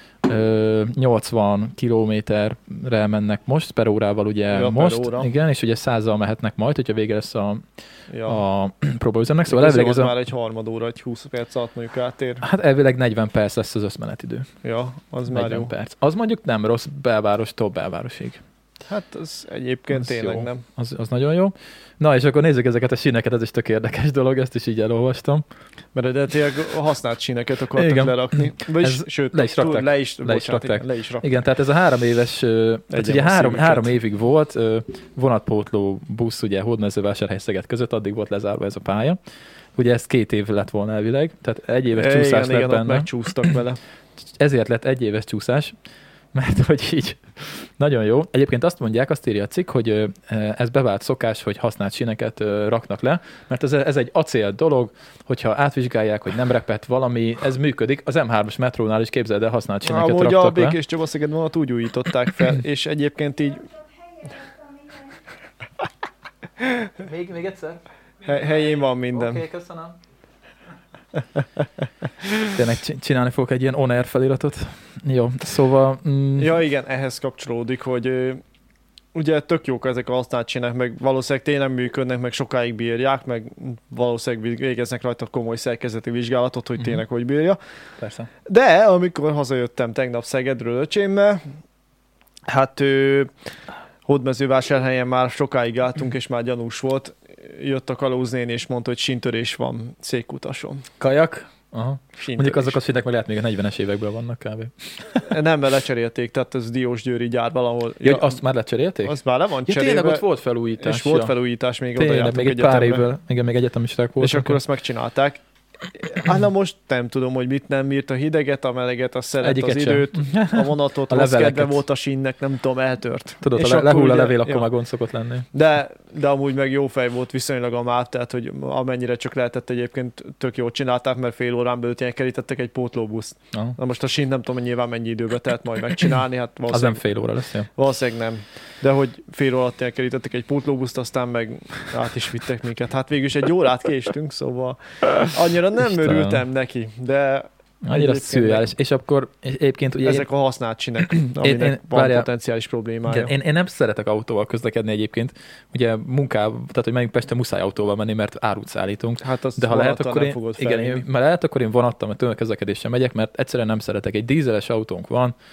80 kilométerre mennek most, per órával ugye ja, most, igen, és ugye 100-zal mehetnek majd, hogyha vége lesz a próbaüzemnek, szóval elvileg ez már egy harmad óra, egy 20 perc alatt mondjuk átér. Hát elvileg 40 perc lesz az összmenetidő. Ja, az már jó. Perc. Az mondjuk nem rossz belvárostól belvárosig. Hát az egyébként az tényleg jó. Nem. Az nagyon jó. Na, és akkor nézzük ezeket a síneket, ez is tök érdekes dolog, ezt is így elolvastam. Mert eredetileg a használt síneket akartak lerakni. Sőt, le is rakták. Igen, tehát ez a 3 éves, tehát ugye 3 évig volt vonatpótló busz, ugye Hódmezővásárhely-Szeged között, addig volt lezárva ez a pálya. Ugye ez 2 év lett volna elvileg, tehát 1 éves csúszás lett benne. Megcsúsztak vele. Ezért lett 1 éves csúszás, mert hogy így nagyon jó. Egyébként azt mondják, azt írja a cikk, hogy ez bevált szokás, hogy használt síneket raknak le, mert ez egy acél dolog, hogyha átvizsgálják, hogy nem repett valami, ez működik. Az M3-as metrónál is képzeld el, használt síneket raktak le. A Békés Csaba-Szeged vonat úgy újították fel, és egyébként így... Még egyszer? Helyén van minden. Oké, köszönöm. Tényleg csinálni fogok egy ilyen on-air feliratot. Jó, szóval... Ja igen, ehhez kapcsolódik, hogy ugye tök jók ezek a használt sínek, meg valószínűleg tényleg működnek, meg sokáig bírják, meg valószínűleg végeznek rajta komoly szerkezeti vizsgálatot, hogy tényleg hogy bírja. Persze. De amikor hazajöttem tegnap Szegedről öcsémmel, hát Hódmezővásárhelyen már sokáig álltunk, és már gyanús volt. Jött a kalóznéni, és mondta, hogy síntörés van székutason. Kajak? Aha. Mondjuk azok a sínek meg lehet még a 40-es évekből vannak kb. Nem, mert lecserélték, tehát ez Diósgyőri gyár valahol. Ja, azt már lecserélték? Azt már le van cserélve. Tényleg ott volt felújítás. És volt felújítás, még oda jártunk még egy pár évvel, igen, még egyetemisták voltak. És akkor azt megcsinálták. Hát na most nem tudom, hogy mit nem írt a hideget, a meleget, a szelet, az időt, a vonatot, a kedve volt a sínnek, nem tudom, eltört. Tudod, ha lehull a levél, akkor már gond szokott lenni. De amúgy meg jó fej volt viszonylag a MÁV, tehát hogy amennyire csak lehetett egyébként tök jól csinálták, mert fél órán belül tényleg kerítettek egy pótlóbuszt. Na most a sín nem tudom, hogy nyilván mennyi időbe telt majd megcsinálni. Hát az nem fél óra lesz, jó? Valószínűleg nem. De hogy fél óra alatt kerítettek egy pótlóbuszt, aztán meg át is vittek minket. Hát végül is 1 órát késtünk, szóval annyira nem örültem neki, de annyira szürreális. És akkor egyébként ugye... Ezek a használt sínek, aminek van potenciális problémája. Én nem szeretek autóval közlekedni egyébként. Ugye tehát hogy megyünk Pestre, muszáj autóval menni, mert árut szállítunk. Hát de ha lehet, akkor én vonattal, mert tömegközlekedéssel megyek, mert egyszerűen nem szeretek. Egy dízeles autónk van,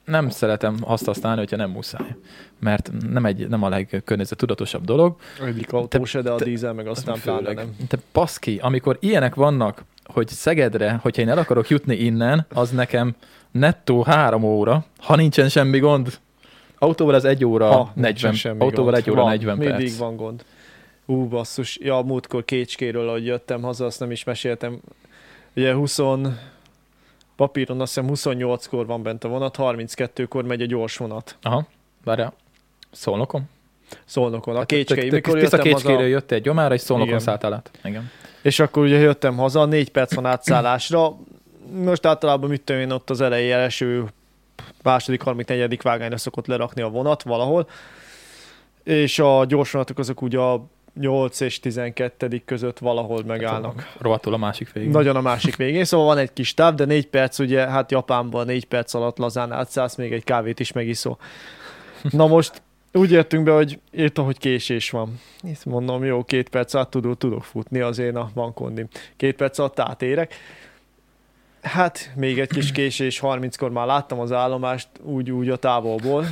nem szeretem azt használni, hogyha nem muszáj. Mert nem a legkörnyezettudatosabb dolog. Egyik autó se, de a dízel meg aztán pláne nem. Te baszki, amikor ilyenek vannak, hogy Szegedre, hogyha én el akarok jutni innen, az nekem nettó 3 óra, ha nincsen semmi gond. Autóval ez 1 óra 40, autóval 1 óra 40 perc. Mindig van gond. Basszus. Ja, múltkor Kécskéről, ahogy jöttem haza, azt nem is meséltem. Ugye papíron azt hiszem 28-kor van bent a vonat, 32-kor megy a gyors vonat. Aha, várjál. Szolnokon? Szolnokon. A Kécskei. Mikor jöttem haza... Kécskéről jöttél egy gyomára, és Szolnokon szálltál át. Igen. És akkor ugye jöttem haza, 4 perc van átszállásra. Most általában mit tudom én, ott az elejé első második, harmadik, negyedik vágányra szokott lerakni a vonat valahol. És a gyors vonatok azok ugye a 8 és 12 között valahol megállnak. Rohadtul a másik végén. Nagyon a másik végén, szóval van egy kis táv, de 4 perc ugye, hát Japánban 4 perc alatt lazán átszállsz, még egy kávét is megiszol. Na most úgy értünk be, hogy írta, hogy késés van. Ezt mondom, jó, 2 perc alatt tudok futni, azért van kondim. 2 perc alatt átérek. Hát, még egy kis késés, 30-kor már láttam az állomást, úgy a távolból.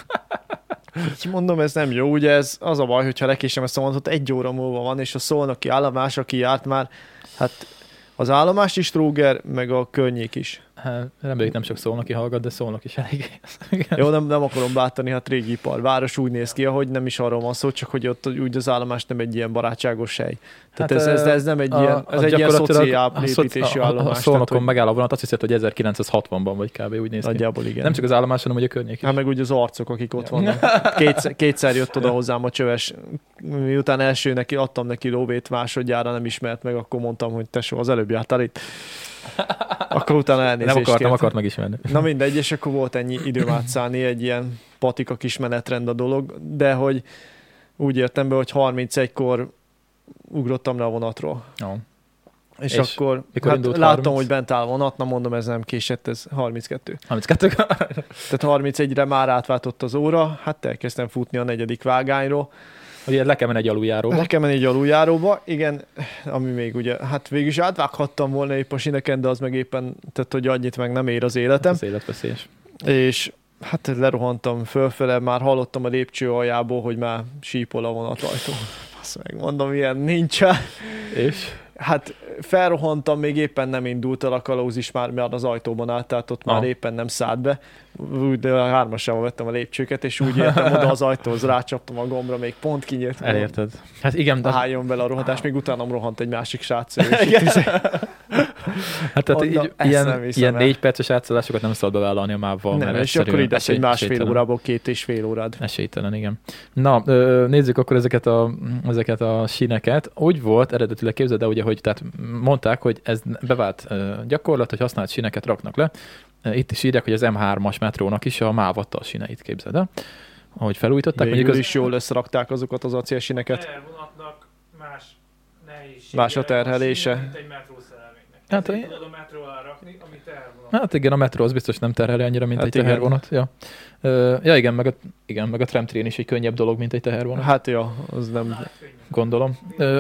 Így mondom, ez nem jó, ugye ez az a baj, hogyha lekésem ezt a vonatot, 1 óra múlva van, és a szolnoki állomás, aki járt már, hát az állomás is tróger, meg a környék is. Hát, reméljük nem sok Szolnoki hallgat, de Szolnok is elég. Jó, nem akarom bántani, hát régi ipar. Város úgy néz ki, ahogy nem is arról van szó, csak hogy ott úgy az állomás nem egy ilyen barátságos hely. Tehát hát ez nem egy ilyen, ez egy ilyen szociálépítésű állomás. A Szolnokon megáll a vonat, azt hiszed, hogy 1960-ban vagy kb. Úgy néz ki. Nagyjából igen. Nem csak az állomás, hanem hogy a környék is. Hát meg úgy az arcok, akik ott vannak. Kétszer jött oda hozzám a csöves, miután adtam neki lóvét, másodjára nem ismert meg, akkor mondtam, hogy tesó, az előbb jártál itt. Akkor utána elnézést nem akart megismerni. Na mindegy, és akkor volt ennyi időm átszállni, egy ilyen patika kis menetrend a dolog, de hogy úgy értem be, hogy 31-kor ugrottam le a vonatról. Oh. És akkor hát láttam, hogy bent áll vonat, na mondom, ez nem késett, ez 32. 32? Tehát 31-re már átváltott az óra, hát elkezdtem futni a 4. vágányról. Ugye le kell menni egy aluljáróba. Le kell menni egy aluljáróba, igen, ami még ugye, hát végül is átvághattam volna épp a sineken, de az meg éppen, tehát hogy annyit meg nem ér az életem. Az életveszélyes. És hát lerohantam fölfele, már hallottam a lépcső aljából, hogy már sípol a vonatajtó. Azt megmondom, ilyen nincsen. És? Hát felrohantam, még éppen nem indult el a kalauz is, már az ajtóban állt, tehát ott már éppen nem szállt be. De a 3-asával vettem a lépcsőket, és úgy értem oda az ajtóhoz, rácsaptam a gombra, még pont kinyílt. Elérted. Hát igen. Álljon bele a rohadás, még utánam rohant egy másik srác. Hát tehát ilyen 4 perces átszállásokat nem szabad bevállalni a mávval. Nem, és akkor így lesz egy másfél órából 2,5 órád. Esélytelen, igen. Na, nézzük akkor ezeket a síneket. Úgy volt, eredetileg képzeld el, ugye, hogy tehát mondták, hogy ez bevált gyakorlat, hogy használt síneket raknak le. Itt is írják, hogy az M3-as metrónak is a MÁV adta a síneit, képzeld el. Ahogy felújították. Végül is jól összerakták azokat az acélsíneket. Vonatnak más nehézsége. Más a terhelése. Mint egy metrószerelvénynek. Hát, tudod a metró alá rakni, ami tehervonat. Hát igen, a metró az biztos nem terheli annyira, mint egy tehervonat. Ja, igen, meg a tramtrain is egy könnyebb dolog, mint egy tehervonat. Hát ja, az nem... Gondolom.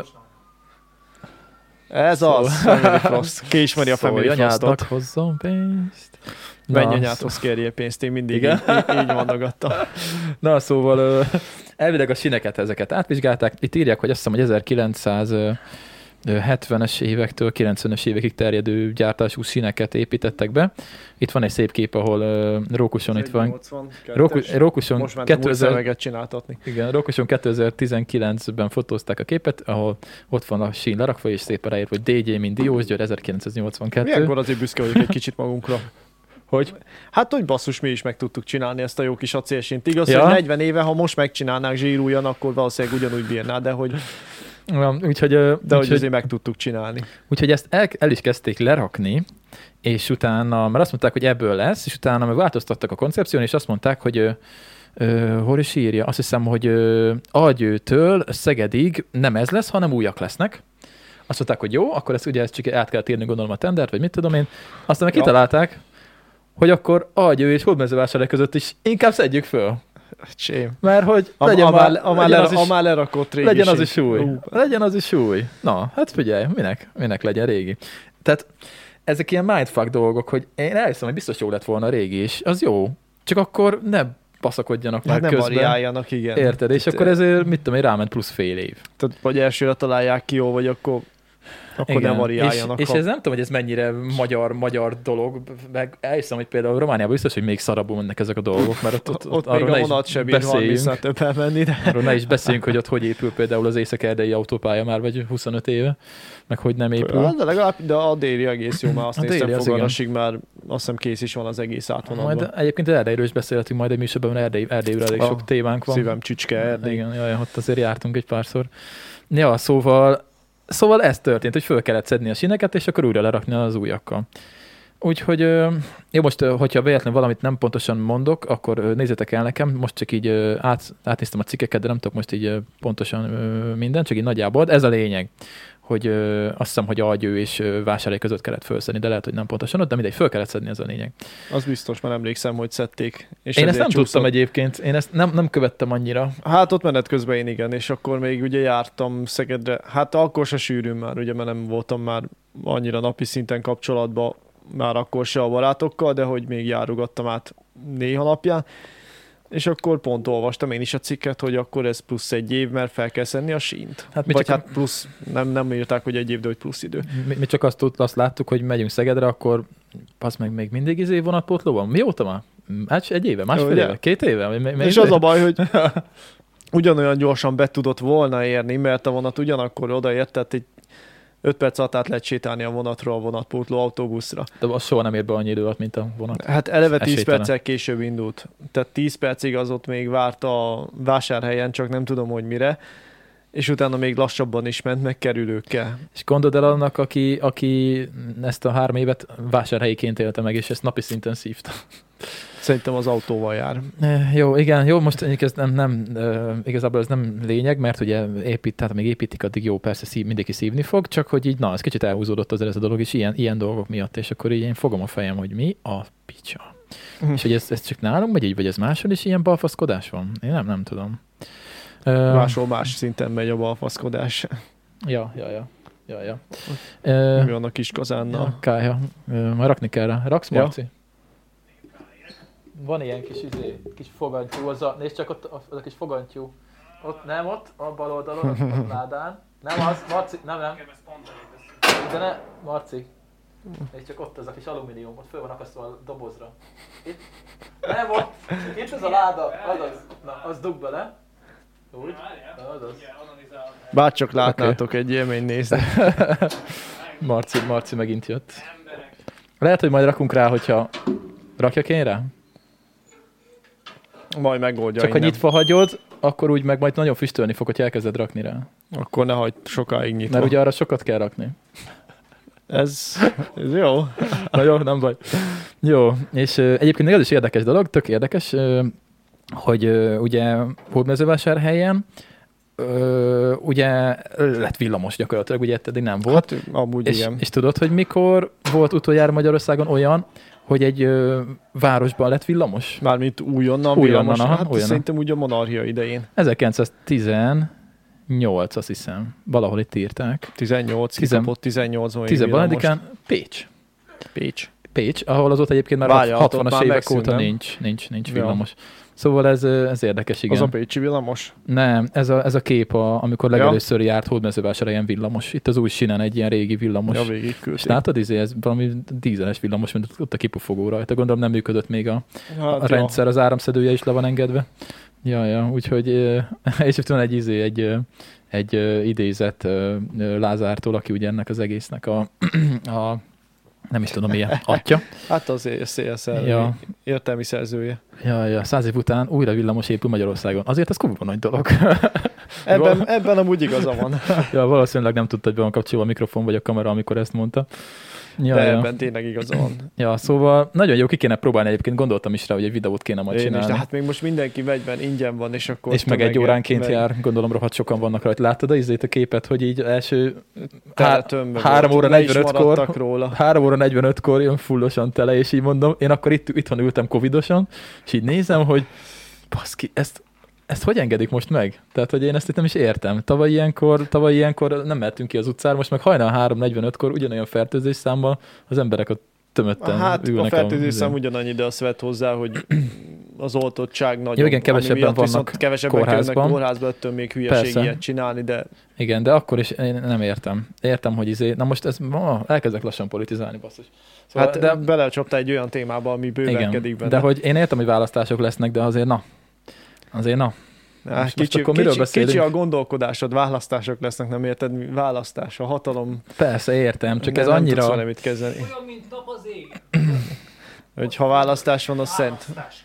Ez az, Family Frost. Ki ismeri a Family Frostot. Hozzon pénzt. Menj anyádhoz, kérjél pénzt, én mindig így mondogattam. Na, szóval elvileg a sineket ezeket átvizsgálták. Itt írják, hogy azt hiszem, hogy 1970-es évektől 90-es évekig terjedő gyártású sineket építettek be. Itt van egy szép kép, ahol Rókuson itt van. Rókuson most mentem úgy szemeget csináltatni. Igen, Rókuson 2019-ben fotózták a képet, ahol ott van a sín lerakva, és szépen ráír, hogy DJ mint Diósgyőr 1982. Milyenkor azért büszke vagyok egy kicsit magunkra. Hogy? Hát, hogy basszus, mi is meg tudtuk csinálni ezt a jó kis acélsint. Igaz, hogy 40 éve, ha most megcsinálnák zsírújan, akkor valószínűleg ugyanúgy bírná, de hogy... Úgyhogy azért meg tudtuk csinálni. Úgyhogy ezt el is kezdték lerakni, és utána, mert azt mondták, hogy ebből lesz, és utána meg változtattak a koncepción, és azt mondták, hogy hol is írja? Azt hiszem, hogy Algyőtől Szegedig nem ez lesz, hanem újak lesznek. Azt mondták, hogy jó, akkor ezt ugye csak át kell írni, gondolom a tendert, vagy mit tudom én. Aztán meg kitalálták, hogy akkor Algyő és Hódmezővásárhely között is inkább szedjük föl. Csém. Mert hogy már lerakott régi. Legyen az is új. Legyen az is új. Na, hát figyelj, minek legyen régi. Tehát ezek ilyen mindfuck dolgok, hogy én elhiszem, hogy biztos jó lett volna a régi is. Az jó. Csak akkor ne baszakodjanak már Hát nem közben. variáljanak, igen. Érted? És akkor ezért, mit tudom én, ráment plusz fél év. Tehát vagy elsőre találják ki jó, vagy akkor nem variáljanak. És ez nem tudom, hogy ez mennyire magyar dolog, meg elhiszem, hogy például Romániában biztos, hogy még szarabbul mennek ezek a dolgok, mert ott még a vonat sem bír 30-nál többen menni. De... Arról ne is beszéljünk, hogy ott hogy épül például az észak-erdei autópálya már vagy 25 éve, meg hogy nem épül. De legalább de a déli egész jó, már azt néztem Fogarasig, már azt hiszem kész is van az egész átvonalban. Majd egyébként Erdélyről is beszélhetünk majd egy műsorban, mert Erdélyről elég sok témánk van. Szívem csücske Erdély. Igen, jaj, ott azért jártunk egy párszor. Ja, szóval ez történt, hogy föl kellett szedni a síneket, és akkor újra lerakni az újakkal. Úgyhogy, jó, most, hogyha véletlenül valamit nem pontosan mondok, akkor nézzétek el nekem, most csak így átnéztem a cikkeket, de nem tudok most így pontosan minden, csak így nagyjából. Ez a lényeg, hogy azt hiszem, hogy Algyő és Vásárhely között kellett fölszedni, de lehet, hogy nem pontosan ott, de mindegy, föl kellett szedni, ez a lényeg. Az biztos, mert emlékszem, hogy szedték. És én ezt nem tudtam egyébként, én ezt nem követtem annyira. Hát ott menet közben én igen, és akkor még ugye jártam Szegedre, hát akkor se sűrűn már, ugye, mert nem voltam már annyira napi szinten kapcsolatban, már akkor se a barátokkal, de hogy még járogattam át néha napján, és akkor pont olvastam én is a cikket, hogy akkor ez plusz egy év, mert fel kell szedni a sínt. Hát plusz, nem írták, hogy egy év, de hogy plusz idő. Mi csak azt láttuk, hogy megyünk Szegedre, akkor az meg még mindig vonatpótló van. Mióta már? Egy éve? Másfél éve? 2 éve? És az a baj, hogy ugyanolyan gyorsan be tudott volna érni, mert a vonat ugyanakkor odaért, tehát egy 5 perc alatt át lehet sétálni a vonatról a vonatpótló autóbuszra. De az soha nem ér be annyi idő alatt, mint a vonat. Hát eleve 10 perccel később indult. Tehát 10 percig az ott még várt a Vásárhelyen, csak nem tudom, hogy mire. És utána még lassabban is ment meg kerülőkkel. És gondold el annak, aki ezt a 3 évet vásárhelyiként élte meg, és ezt napi szinten szívta. Szerintem az autóval jár. Jó, igen, jó, most ez nem igazából ez nem lényeg, mert ugye tehát még építik, addig jó, persze mindenki szívni fog, csak hogy így, ez kicsit elhúzódott azért ez a dolog, és ilyen dolgok miatt, és akkor így én fogom a fejem, hogy mi a picsa. És hogy ez csak nálunk megy így, vagy ez máshol is ilyen balfaszkodás van? Én nem tudom. Máshol más szinten megy a balfaszkodás. Ja. Mi van a kis kazánnal? Ja, kája. Majd rakni kell rá. Raksz, Marci? Ja. Van ilyen kis fogantyú, nézd csak ott az a kis fogantyú. Ott, a bal oldalon, a ládán. Nem az, Marci, nem. De ne, Marci. Nézd csak ott az a kis alumínium, ott föl van akasztva a dobozra. Itt, nem ott, itt az a láda, az dugd bele. Úgy, azaz. Bárcsak látnátok egy élmény nézni. Marci megint jött. Lehet, hogy majd rakunk rá, hogyha... Rakjak én rá? Majd megoldja. Csak ha nyitva hagyod, akkor úgy meg majd nagyon füstölni fog, hogy elkezded rakni rá. Akkor ne hagyd sokáig nyitva. Mert ugye arra sokat kell rakni. Ez jó. Na jó, nem baj. Jó, és egyébként még az is érdekes dolog, tök érdekes, hogy ugye Hódmezővásárhelyen ugye lett villamos gyakorlatilag, ugye eddig nem volt. Hát amúgy igen. És tudod, hogy mikor volt utoljára Magyarországon olyan, hogy egy városban lett villamos? Mármint újonnan villamos. Aha, hát szerintem úgy a monarchia idején. 1918, azt hiszem. Valahol itt írták. 18-ban Pécs, ahol azóta egyébként már 60-as évek óta nincs villamos. Ja. Szóval ez érdekes, igen. Az a pécsi villamos? Nem, ez a kép, amikor legelőször járt Hódmezővásárhelyen villamos. Itt az új sinen egy ilyen régi villamos. Ja, végig küldték. És látod, ez valami dízeles villamos, mint ott a kipufogó rajta. Gondolom nem működött még a rendszer, az áramszedője is le van engedve. Ja, úgyhogy, és itt van egy idézet Lázártól, aki ugye ennek az egésznek a nem is tudom milyen, atya. Hát az értelmi szerzője. Ja, 100 év után újra villamos épül Magyarországon. Azért ez kurva nagy dolog. Ebben amúgy igaza van. Ja, valószínűleg nem tudta, hogy be van kapcsolva a mikrofon vagy a kamera, amikor ezt mondta. Ja, de ebben tényleg igaza van. Ja, szóval nagyon jó, ki kéne próbálni egyébként, gondoltam is rá, hogy egy videót kéne majd csinálni. De hát még most mindenki megy, mert ingyen van, és akkor... És meg egy óránként jár, gondolom rohadt sokan vannak rajta. Láttad a képet, hogy így első 3 óra 45-kor 3 óra 45-kor jön fullosan tele, és így mondom, én akkor itthon ültem covidosan, és így nézem, hogy baszki, ezt hogy engedik most meg? Tehát, hogy én ezt itt nem is értem. Tavaly ilyenkor nem mehetünk ki az utcára, most meg hajnal 3:45-kor ugyanolyan fertőzés számmal az emberek ott tömötten Hát a ülnek. fertőzőszám ugyanannyi, de azt vett hozzá, hogy az oltottság nagyobb. Jó, igen, kevesebben vannak kevesebben kórházban. Kórházban, ettől még hülyeség Persze. ilyet csinálni, de... Igen, de akkor is én nem értem. Értem, hogy na most elkezdek lassan politizálni, basszus. Szóval, hát de belecsapta egy olyan témába, ami bővenkedik benne. De hogy én értem, hogy választások lesznek, de azért na. Kicsi a gondolkodásod, választások lesznek, nem érted? Mi választás, a hatalom... Persze, értem, csak ez nem annyira... tudsz vele mit kezdeni. Olyan, mint nap az ég. Hogy ha választás van, az szent.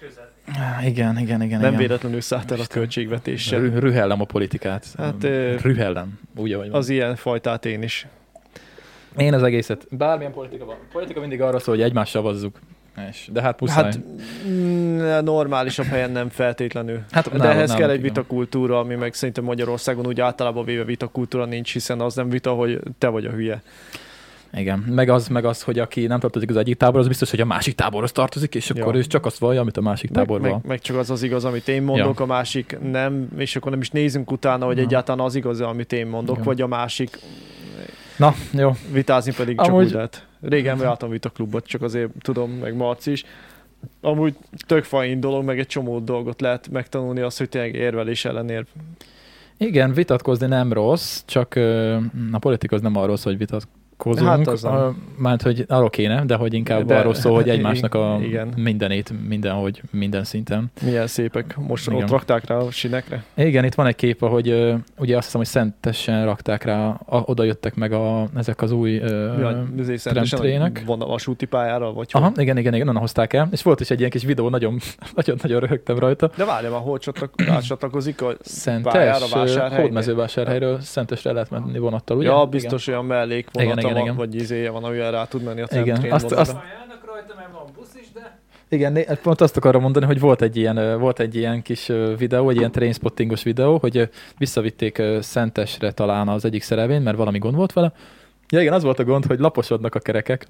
Igen. Nem véletlenül szállt el a költségvetéssel. Rühellem a politikát. Hát, rühellem, úgy, ahogy van. Az ilyen fajtát én is. Én az egészet, bármilyen politika van. Politika mindig arra szól, hogy egymást savazzuk. De hát muszáj. Hát normálisabb helyen nem feltétlenül. Hát, de ehhez kell egy vitakultúra, ami meg szerintem Magyarországon úgy általában véve vitakultúra nincs, hiszen az nem vita, hogy te vagy a hülye. Igen, meg az, hogy aki nem tartozik az egyik táborhoz, az biztos, hogy a másik táborhoz tartozik, és akkor ő csak azt vallja, amit a másik táborban. Meg csak az igaz, amit én mondok, a másik nem, és akkor nem is nézünk utána, hogy egyáltalán az igaz, amit én mondok, vagy a másik. Na, jó. Vitázni pedig csak úgy lehet. Régen jártam vitaklubot, csak azért tudom, meg Marci is. Amúgy tök fain dolog, meg egy csomó dolgot lehet megtanulni, azt, hogy tényleg érvelés ellenérv. Igen, vitatkozni nem rossz, csak a politika az nem arról szól, hogy vitatkozunk. Hát mert hogy arról kéne, de hogy inkább arról szól, hogy egymásnak a mindenét, mindenhogy, minden szinten. Milyen szépek. Most ott rakták rá a sinekre. Igen, itt van egy kép, hogy ugye azt hiszem, hogy Szentesen rakták rá, oda jöttek meg ezek az új tramtrének. Van a vasúti pályára, vagy aha, igen, onnan hozták el. És volt is egy ilyen kis videó, nagyon röhögtem rajta. De várjál, már hol csatlakozik a Szentes, pályára, Vásárhelyre? Hódmezővásárhelyről Szentesre lehet menni vonattal, ugye? Ja, biztos olyan mellékvonata van, vagy izéje van, amivel rá tud menni a tramtrén vonatra. Rajta, mert van busz is, de... Igen, pont azt akarom mondani, hogy volt egy ilyen kis videó, egy ilyen trainspottingos videó, hogy visszavitték Szentesre talán az egyik szerelvényt, mert valami gond volt vele. Ja igen, az volt a gond, hogy laposodnak a kerekek,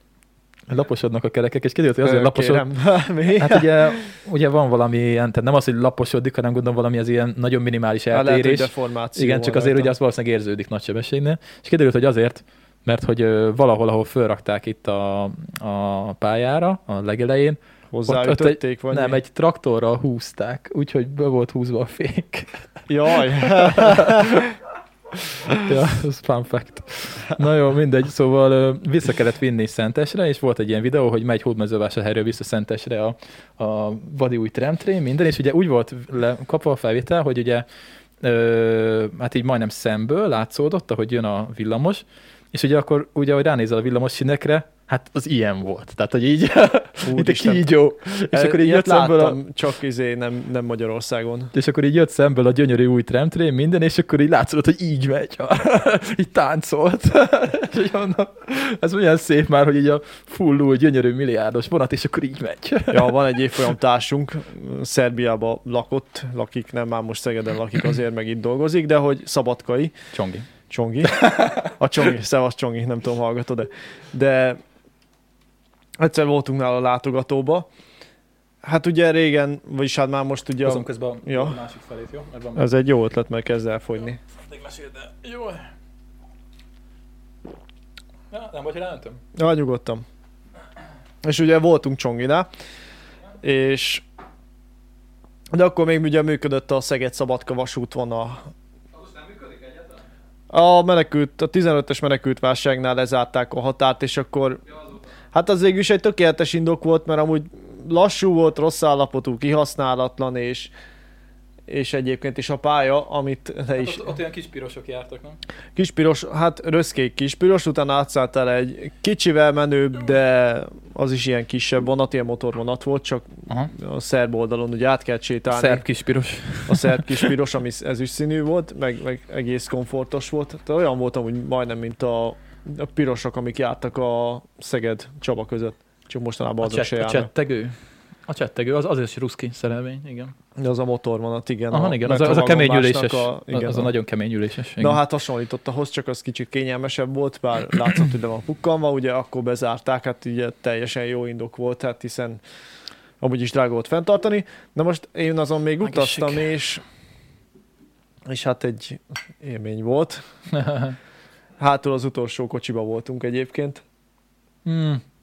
és kiderült, hogy azért laposodnak. Hát ugye van valami, tehát nem az, hogy laposodik, hanem gondolom valami az ilyen nagyon minimális eltérés. Igen, csak azért ugye az valószínűleg érződik nagy sebességnél. És kiderült, hogy azért, mert hogy valahol, ahol fölrakták itt a pályára, a legelején, hozzáütötték, vagy nem, egy traktorral húzták, úgyhogy be volt húzva a fék. Jaj! Ja, ez fun fact. Na jó, mindegy, szóval vissza kellett vinni Szentesre, és volt egy ilyen videó, hogy megy Hódmezővásárhelyről vissza Szentesre a vadi új tramtrén, minden, és ugye úgy volt kapva a felvétel, hogy ugye hát így majdnem szemből látszódott, ahogy jön a villamos, és ugye akkor, ugye, hogy ránézel a villamos sinekre, hát az ilyen volt. Tehát, hogy így, mint egy kígyó. És akkor így jött szemből csak nem Magyarországon. És akkor így jött szemből a gyönyörű új tramtrén, minden, és akkor így látszott, hogy így megy. Így táncolt. És így mondom, ez olyan szép már, hogy így a full új gyönyörű milliárdos vonat, és akkor így megy. Ja, van egy évfolyam társunk, Szerbiában lakik, nem már most Szegeden lakik azért, meg itt dolgozik, de hogy szabadkai. Csongi. A Csongi, szevasz Csongi, nem tudom, hallgatod de egyszer voltunk nála a látogatóba. Hát ugye régen, vagyis hát már most ugye... Hozom közben a másik felét, jó? Ez egy jó ötlet, mert kezd elfogyni. Jó. Ja, nem vagy, hogy ráöntöm? Ja, nyugodtam. És ugye voltunk Csonginál, és de akkor még ugye működött a Szeged-Szabadka vasútvonal. A 15-ös menekültválságnál lezárták a határt, és akkor hát az végül is egy tökéletes indok volt, mert amúgy lassú volt, rossz állapotú, kihasználatlan, és egyébként is a pálya, amit le is... Ott olyan kispirosok jártak, nem? Kispiros, hát röszkék kispiros, utána átszálltál egy kicsivel menőbb, de az is ilyen kisebb vonat, ilyen motorvonat volt, csak a szerb oldalon ugye át kell sétálni. Szerb kispiros. A szerb kispiros, ami ezüst színű volt, meg egész komfortos volt. Tehát olyan voltam, hogy majdnem, mint a pirosok, amik jártak a Szeged-Csaba között. Csak mostanában azok se járnak. A csettegő, az azért is ruszki szerelvény, igen. De az a motorvonat, igen. Aha, igen, az a kemény üléses, az a nagyon kemény üléses. Na hát hasonlított ahhoz, csak az kicsit kényelmesebb volt, bár látszott, hogy le van pukkanva, ugye akkor bezárták, hát ugye teljesen jó indok volt, hát hiszen amúgy is drága volt fenntartani. Na most én azon még utaztam, és hát egy élmény volt. Hátul az utolsó kocsiba voltunk egyébként.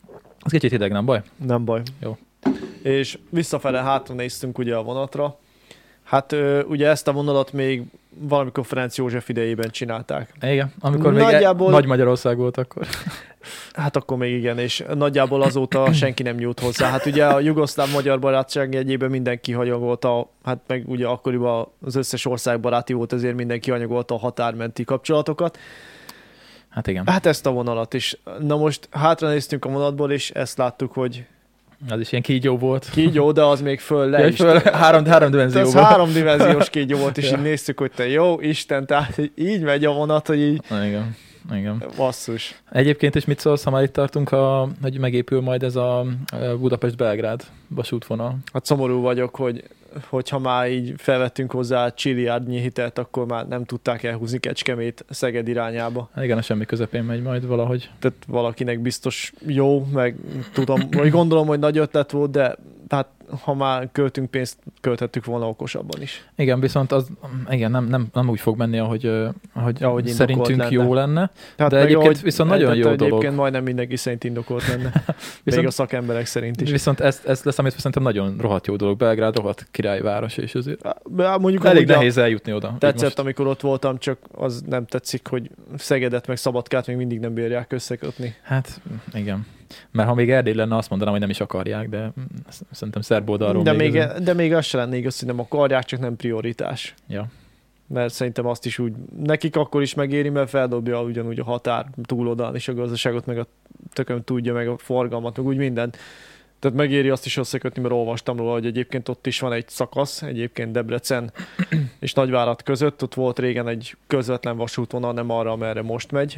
Az kicsit hideg, nem baj? Nem baj. Jó. És visszafele hátra néztünk ugye a vonatra. Hát ugye ezt a vonalat még valamikor Ferenc József idejében csinálták. Igen, amikor Nagyjából... még Nagy Magyarország volt akkor. Hát akkor még igen, és nagyjából azóta senki nem nyújt hozzá. Hát ugye a jugoszláv-magyar barátság jegyében mindenki hanyagolta, hát meg ugye akkoriban az összes ország baráti volt, ezért mindenki hanyagolta a határmenti kapcsolatokat. Hát igen. Hát ezt a vonalat is. Na most hátra néztünk a vonatból, és ezt láttuk, hogy Az is ilyen kígyó volt. kígyó, de az még föl le is. Három dimenzió Ez volt. 3-dimenziós kígyó volt, és így néztük, hogy te jó Isten, tehát így megy a vonat, hogy így Igen. basszus. Egyébként is mit szólsz, ha már itt tartunk, hogy megépül majd ez a Budapest-Belgrád vasútvonal? Hát szomorú vagyok, hogyha már így felvettünk hozzá csiliárdnyi hitelt, akkor már nem tudták elhúzni Kecskemét Szeged irányába. Igen, a semmi közepén megy majd valahogy. Tehát valakinek biztos jó, meg tudom, vagy gondolom, hogy nagy ötlet volt, de tehát ha már költünk pénzt, költhettük volna okosabban is. Igen, viszont az igen, nem úgy fog menni, ahogy szerintünk jó lenne. Tehát de egyébként viszont nagyon jó dolog. Egyébként majdnem mindenki szerint indokolt lenne. Még a szakemberek szerint is. Viszont ezt leszámítva szerintem nagyon rohadt jó dolog. Belgrád rohadt királyváros, és azért mondjuk elég nehéz eljutni oda. Tetszett, amikor ott voltam, csak az nem tetszik, hogy Szegedet meg Szabadkát még mindig nem bírják összekötni. Hát igen. Mert ha még Erdély lenne, azt mondanám, hogy nem is akarják, de szerintem szerb oldalról de még az se lenne igaz, hogy nem akarják, csak nem prioritás. Ja. Mert szerintem azt is úgy, nekik akkor is megéri, mert feldobja ugyanúgy a határ túloldalán is a gazdaságot, meg a tököm tudja, meg a forgalmat, meg úgy mindent. Tehát megéri azt is összekötni, mert olvastam róla, hogy egyébként ott is van egy szakasz, egyébként Debrecen és Nagyvárad között, ott volt régen egy közvetlen vasútvonal, nem arra, amerre most megy.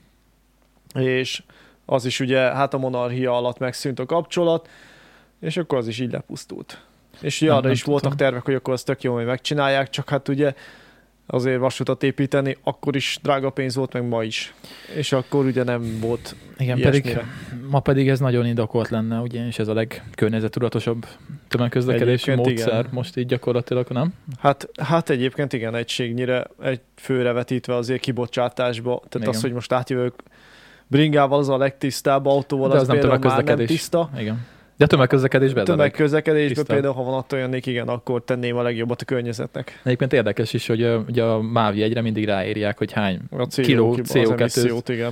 És az is ugye, hát a monarchia alatt megszűnt a kapcsolat, és akkor az is így lepusztult. És ugye arra is voltak tervek, hogy akkor azt tök jó, hogy megcsinálják, csak hát ugye azért vasutat építeni, akkor is drága pénz volt, meg ma is. És akkor ugye nem volt ilyesmire. Ma pedig ez nagyon indokolt lenne, ugye, és ez a legkörnyezettudatosabb tömegközlekedési módszer, igen. Most így gyakorlatilag, nem? Hát egyébként igen, egységnyire, egy főre vetítve azért kibocsátásba, tehát igen. Az, hogy most átjövök bringával, az a legtisztább, autóval az például már nem tiszta. Igen. De tömegközlekedésben például, ha vonattal jönnék, igen, akkor tenném a legjobbat a környezetnek. Egyébként érdekes is, hogy ugye a MÁV jegyre mindig ráírják, hogy hány kiló CO2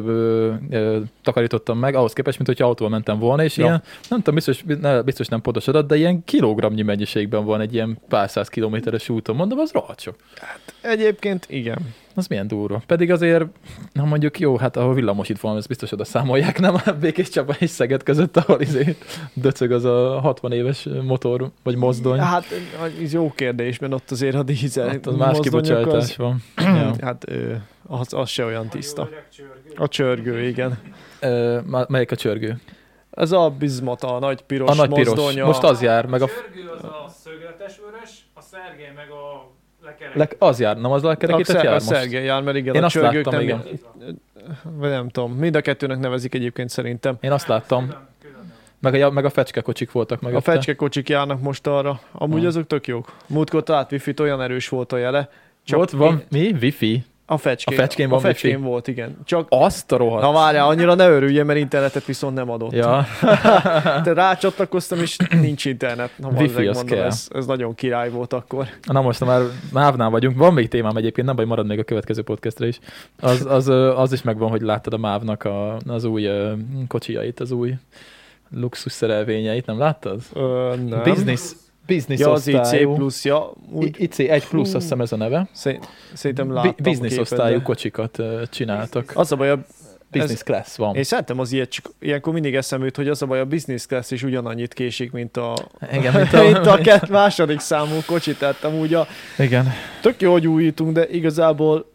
takarítottam meg, ahhoz képest, mint hogyha autóval mentem volna, és ilyen, nem tudom, biztos nem pontos adat, de ilyen kilogramnyi mennyiségben van egy ilyen pár száz kilométeres úton. Mondom, az rohadt sok. Hát egyébként igen. Az milyen durva. Pedig azért, ha mondjuk jó, hát ahol villamos itt van, ezt biztos oda számolják, nem a Békés Csaba és Szeged között, ahol döcög az a 60 éves motor, vagy mozdony. Hát ez jó kérdés, mert ott azért a dízel hát az más kibocsátás van. Hát az se olyan tiszta. A csörgő, igen. Melyik a csörgő? Ez a bizmata, a nagy piros mozdonya. Most az jár, meg a csörgő az a szögletes vörös, a Szergély meg a az jár, nem az lekerekített jár most? A Szergély jár, mert igen, én a azt csörgők láttam, nem... Nem tudom, mind a kettőnek nevezik egyébként szerintem. Én azt láttam. Meg a fecskekocsik voltak meg. A fecskekocsik járnak most arra. Amúgy azok tök jók. Múltkor talált Wi-Fi-t, olyan erős volt a jele. Ott van mi? Wi-Fi? A fecskén. A fecskén van Wifi? Volt, igen. Csak azt a rohadt. Na várjál, annyira ne örüljön, mert internetet viszont nem adott. Ja. De rácsatlakoztam, és nincs internet. Wifi az mondom, ez nagyon király volt akkor. Na most már MÁV-nál vagyunk. Van még témám egyébként, nem baj, marad még a következő podcastre is. Az is megvan, hogy láttad a MÁV-nak az új kocsijait, az új luxus szerelvényeit, nem láttad? Nem. Business osztályú. Az IC plusz, IC1 plusz, azt hiszem ez a neve. Szerintem láttam business osztályú kocsikat csináltak. Az a baj, a business class van. Én szerintem az ilyet, csak ilyenkor mindig eszembe jut, hogy az a baj, a business class is ugyanannyit késik, mint a második számú kocsi, tehát amúgy igen. Tök jó, hogy újítunk, de igazából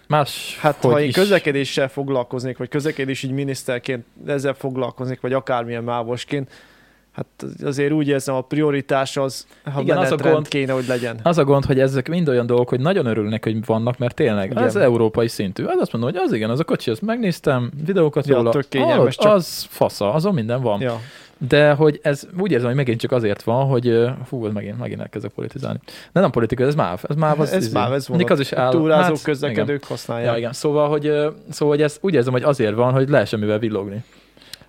ha én közlekedéssel foglalkoznék, vagy közlekedési miniszterként ezzel foglalkoznék, vagy akármilyen mávosként, hát azért úgy érzem, a prioritás az, ha menetrend kéne, hogy legyen. Az a gond, hogy ezek mind olyan dolgok, hogy nagyon örülnek, hogy vannak, mert tényleg igen. Ez európai szintű. Az azt mondom, hogy az igen, az a kocsi, azt megnéztem, videókat róla, tök kényelmes, csak... az fasza, azon minden van. Ja. De hogy ez úgy érzem, hogy megint csak azért van, hogy megint elkezdek politizálni. De nem politika, ez MÁV. Ez MÁV, ez vonat. Az is áll. Túrázók, közlekedők használják. Ja, igen. Szóval, hogy ez úgy érzem, hogy azért van, hogy lehessen mivel villogni.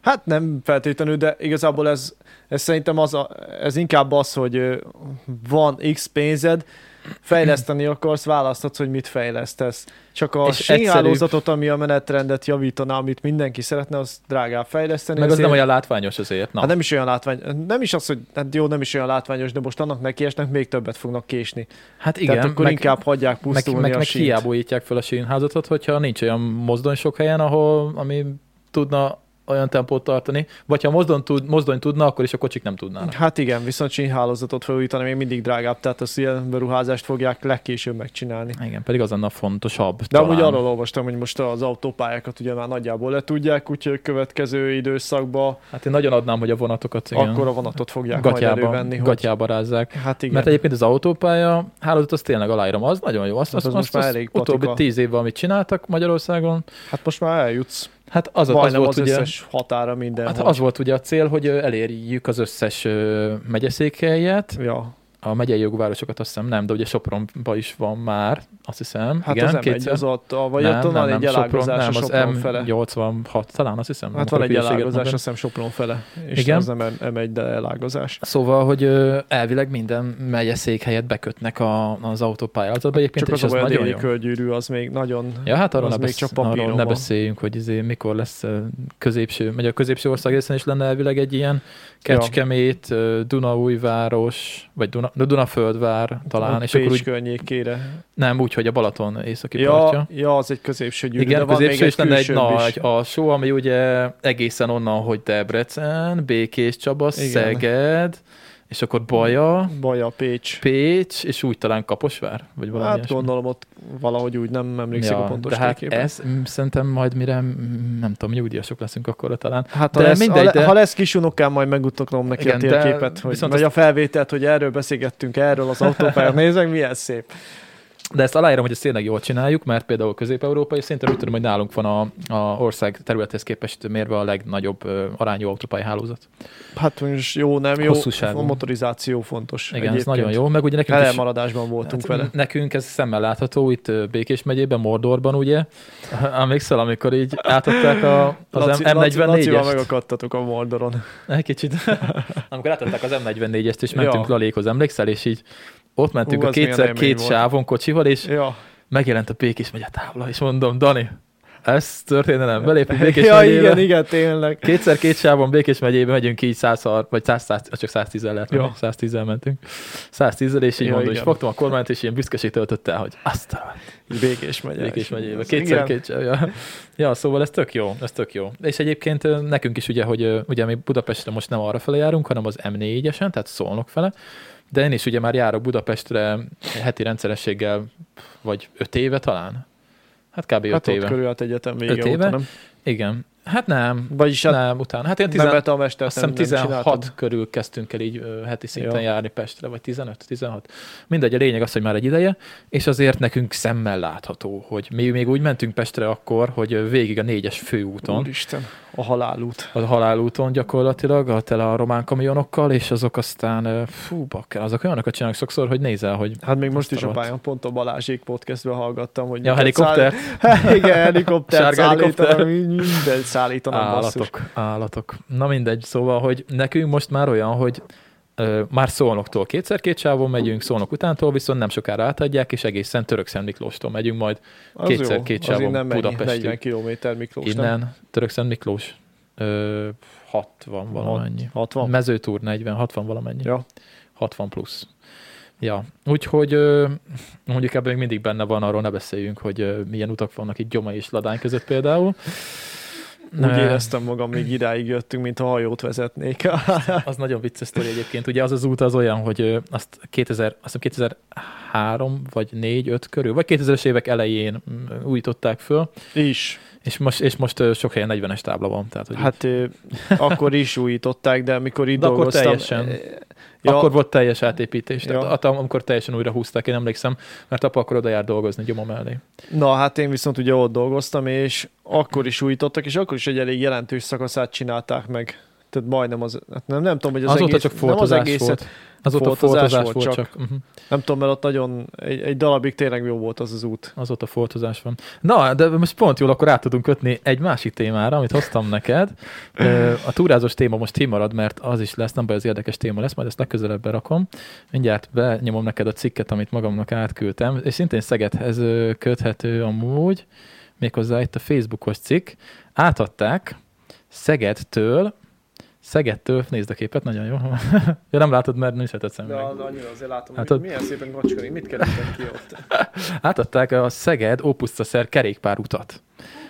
Hát nem feltétlenül, de igazából ez szerintem ez inkább az, hogy van X pénzed, fejleszteni akarsz, választhatsz, hogy mit fejlesztesz. Csak a sínhálózatot, ami a menetrendet javítaná, amit mindenki szeretne, az drágább fejleszteni. Meg az nem olyan látványos azért. Hát nem is olyan látványos. Nem is az, hogy hát jó, nem is olyan látványos, de most annak nekiesnek, még többet fognak késni. Hát igen. Tehát akkor inkább hagyják pusztulni a sínt. Hiába újítják fel a sínházatot, hogyha nincs olyan mozdony sok helyen, ami tudna olyan tempót tartani, vagy ha mozdony tudna, akkor is a kocsik nem tudnának. Hát igen, viszont sínhálózatot felújítani még mindig drágább, tehát az ilyen beruházást fogják legkésőbb megcsinálni. Igen, pedig az lenne fontosabb. De amúgy arról olvastam, hogy most az autópályákat ugye már nagyjából le tudják, úgyhogy következő időszakban. Hát én nagyon adnám, hogy a vonatokat igen, akkor a vonatot fogják majd elővenni. Gatyába rázzák. Hát igen. Mert egyébként az autópálya hálózat az tényleg aláírom, az nagyon jó. Azt most már elég utóbbi 10 évben, amit csináltak Magyarországon. Hát most már eljutsz. Hát az volt az ugye, összes határa mindenhol. Hát az volt ugye a cél, hogy elérjük az összes megyeszékhelyet. Ja. A megyei jogvárosokat azt hiszem nem, de ugye Sopronban is van már, azt hiszem. Hát igen, az M1 az ott, vagy ott van egy elágazás a Sopron fele. M86 talán, azt hiszem. Hát van egy elágazás, azt hiszem Sopron fele. És igen. az nem M1, de elágazás. Szóval, hogy elvileg minden megyeszékhelyet bekötnek az autópályázatba. Csak az a déli körgyűrű, az még nagyon... Ja, hát arról ne van. beszéljünk, hogy mikor lesz a középső ország részen is lenne elvileg egy ilyen Kecskemét, Dunaújváros, vagy Dunaföldvár talán. És akkor úgy környékére. Nem, úgy, hogy a Balaton északi partja. Ja, az egy középső gyűrű. Igen, de középső is lenne egy nagy is. alsó, ami ugye egészen onnan, hogy Debrecen, Békés Csaba, igen. Szeged, és akkor Baja, Pécs, és úgy talán Kaposvár? Vagy valami hát gondolom ott valahogy úgy nem emlékszik a pontos térképen. Ez szerintem majd mire, nem tudom, nyugdíjasok leszünk akkor talán. Hát ha lesz kis unokám, majd megutatom neki igen, a térképet, vagy a felvételt, hogy erről beszélgettünk, erről az autópályát, nézzek, milyen szép. De ezt aláírom, hogy ezt tényleg jól csináljuk, mert például Közép-Európai szerintem úgy tudom, hogy nálunk van a ország területhez képest mérve a legnagyobb arányú autópályahálózat. Hát most jó, nem jó. Hosszúságú. A motorizáció fontos. Igen, ez nagyon jó. Meg ugye nekünk elmaradásban voltunk vele. Nekünk ez szemmel látható itt Békés megyében, Mordorban, ugye. Emlékszel, amikor így átadták az M44-est. Lacival megakadtatok a Mordoron. Egy kicsit. Amikor átadták az M44-est, és mentünk Lalékhoz, emlékszel, és így ott mentünk a kétszer-két sávon kocsival, és megjelent a Békés megye tábla, és mondom, Dani, ez történelem, belépünk Békés megyébe. Igen, tényleg. Kétszer-két sávon Békés megyébe megyünk így 100, vagy 100, csak 110-el lehet menni, 110-el mentünk. 110-el, és így mondom, és fogtam a kormányt, és ilyen büszkeség töltött el, hogy azt a Békés megyébe. Kétszer-két sáv. Ja, szóval ez tök jó. És egyébként nekünk is ugye, hogy ugye mi Budapestre most nem arra fele járunk, hanem az M4-esen, tehát Szolnok fele. De én is ugye már járok Budapestre heti rendszerességgel, vagy 5 éve talán. Hát kb. 5 éve. Hát ott körül hát egyetem vége óta, nem? Igen. Hát nem. Vagyis nem, utána. Hát én azt hiszem 16 körül kezdtünk el így heti szinten járni Pestre, vagy 15-16. Mindegy, a lényeg az, hogy már egy ideje, és azért nekünk szemmel látható, hogy mi még úgy mentünk Pestre akkor, hogy végig a 4-es főúton. Úristen, a halálút. A halálúton gyakorlatilag, tele a román kamionokkal, és azok aztán, bakker, azok olyanokat csinálnak sokszor, hogy nézel, hogy... Hát még most is a pályán pont a Balázsék podcastben hallgattam, hogy... Ja, helikopter. Igen, helikopter szállítanak, mindent szállítanak. Állatok. Na mindegy, szóval, hogy nekünk most már olyan, hogy már Szolnoktól kétszer-két sávon megyünk, Szolnok utántól viszont nem sokára átadják, és egészen Törökszent Miklóstól megyünk majd kétszer-két sávon Budapestig. 40 kilométer Miklós, innen Törökszent Miklós 60 valamennyi. 60? Mezőtúr 40, 60 valamennyi. Ja. 60 plusz. Ja, úgyhogy mondjuk ebben még mindig benne van, arról ne beszéljünk, hogy milyen utak vannak itt Gyomai és Ladány között például. Úgy éreztem magam, még idáig jöttünk, mint a hajót vezetnék. Az nagyon vicces sztori egyébként. Ugye az út az olyan, hogy azt 2003 vagy 4-5 körül, vagy 2000-es évek elején újították föl. És most sok helyen 40-es tábla van. Tehát, hogy hát akkor is újították, de amikor itt dolgoztam... Akkor teljesen. Akkor volt teljes átépítés. Tehát, amikor teljesen újra húzták, én emlékszem, mert apa akkor oda jár dolgozni Gyoma mellé. Na, hát én viszont ugye ott dolgoztam, és akkor is újítottak, és akkor is egy elég jelentős szakaszát csinálták meg. Tehát majdnem az, hát nem tudom, hogy Azóta egész, csak foltozás volt. Azóta foltozás volt csak. Nem tudom, mert ott nagyon egy darabig tényleg jó volt az út. Azóta foltozás van. Na, de most pont jól akkor át tudunk kötni egy másik témára, amit hoztam neked. A túrázós téma most kimarad, mert az is lesz, nem baj, az érdekes téma lesz, majd ezt legközelebb berakom. Mindjárt benyomom neked a cikket, amit magamnak átküldtem, és szintén Szegedhez köthető amúgy, méghozzá itt a Facebookos cikk. Átadták Szegedtől, nézd a képet, nagyon jó. Ja, nem látod, mert nincs hetet szemben. De annyira azért látom, hát hogy milyen szépen kacskarik, mit kerestek ki ott? Átadták a Szeged-Ópusztaszer kerékpárutat.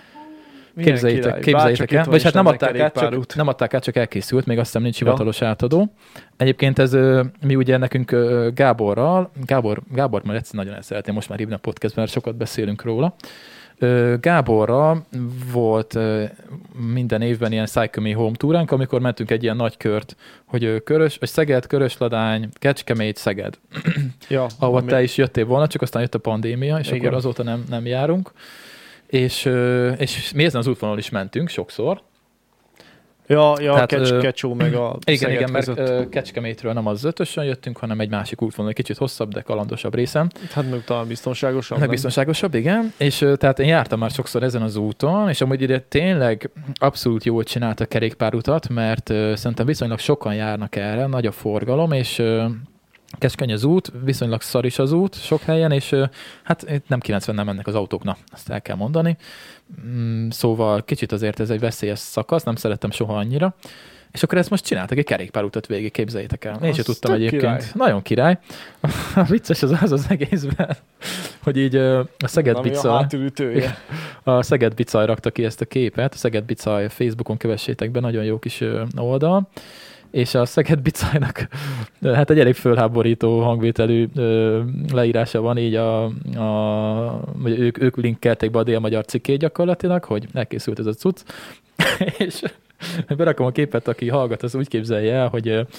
Képzeljétek el. Vagy hát nem adták át, csak elkészült, még azt hiszem nincs hivatalos átadó. Egyébként ez mi ugye nekünk Gábor már egyszer nagyon el szeretném most már hívni a podcastben, mert sokat beszélünk róla. Gáborral volt minden évben ilyen Cycle Me Home túránk, amikor mentünk egy ilyen nagy kört, hogy Szeged, Körösladány, Kecskemét, Szeged. Ja, ahol te is jöttél volna, csak aztán jött a pandémia, és igen. Akkor azóta nem járunk. És mi ezen az útvonalon is mentünk sokszor. Ja, Kecsó meg a igen, mert Kecskemétről nem az 5-ösön jöttünk, hanem egy másik útvonal, egy kicsit hosszabb, de kalandosabb részen. Hát meg talán biztonságosabb. Meg biztonságosabb, igen. És tehát én jártam már sokszor ezen az úton, és amúgy ide tényleg abszolút jól csinált a kerékpárutat, mert szerintem viszonylag sokan járnak erre, nagy a forgalom, és keskeny az út, viszonylag szar is az út sok helyen, és hát nem 90-nel mennek az autók, na, azt el kell mondani. Szóval kicsit azért ez egy veszélyes szakasz, nem szerettem soha annyira. És akkor ezt most csináltak egy kerékpárutat végig, képzeljétek el. Én sem tudtam egyébként. Király. Nagyon király. A vicces az egészben, hogy így a Szeged Bicaj... A Szeged Bicaj rakta ki ezt a képet. A Szeged Bicaj Facebookon kövessétek be, nagyon jó kis oldal. És a Szeged Bicajnak hát egy elég fölháborító hangvételű leírása van, így ők linkelték be a Dél-Magyar cikkét gyakorlatilag, hogy elkészült ez a cucc, és berakom a képet, aki hallgat, az úgy képzelje el,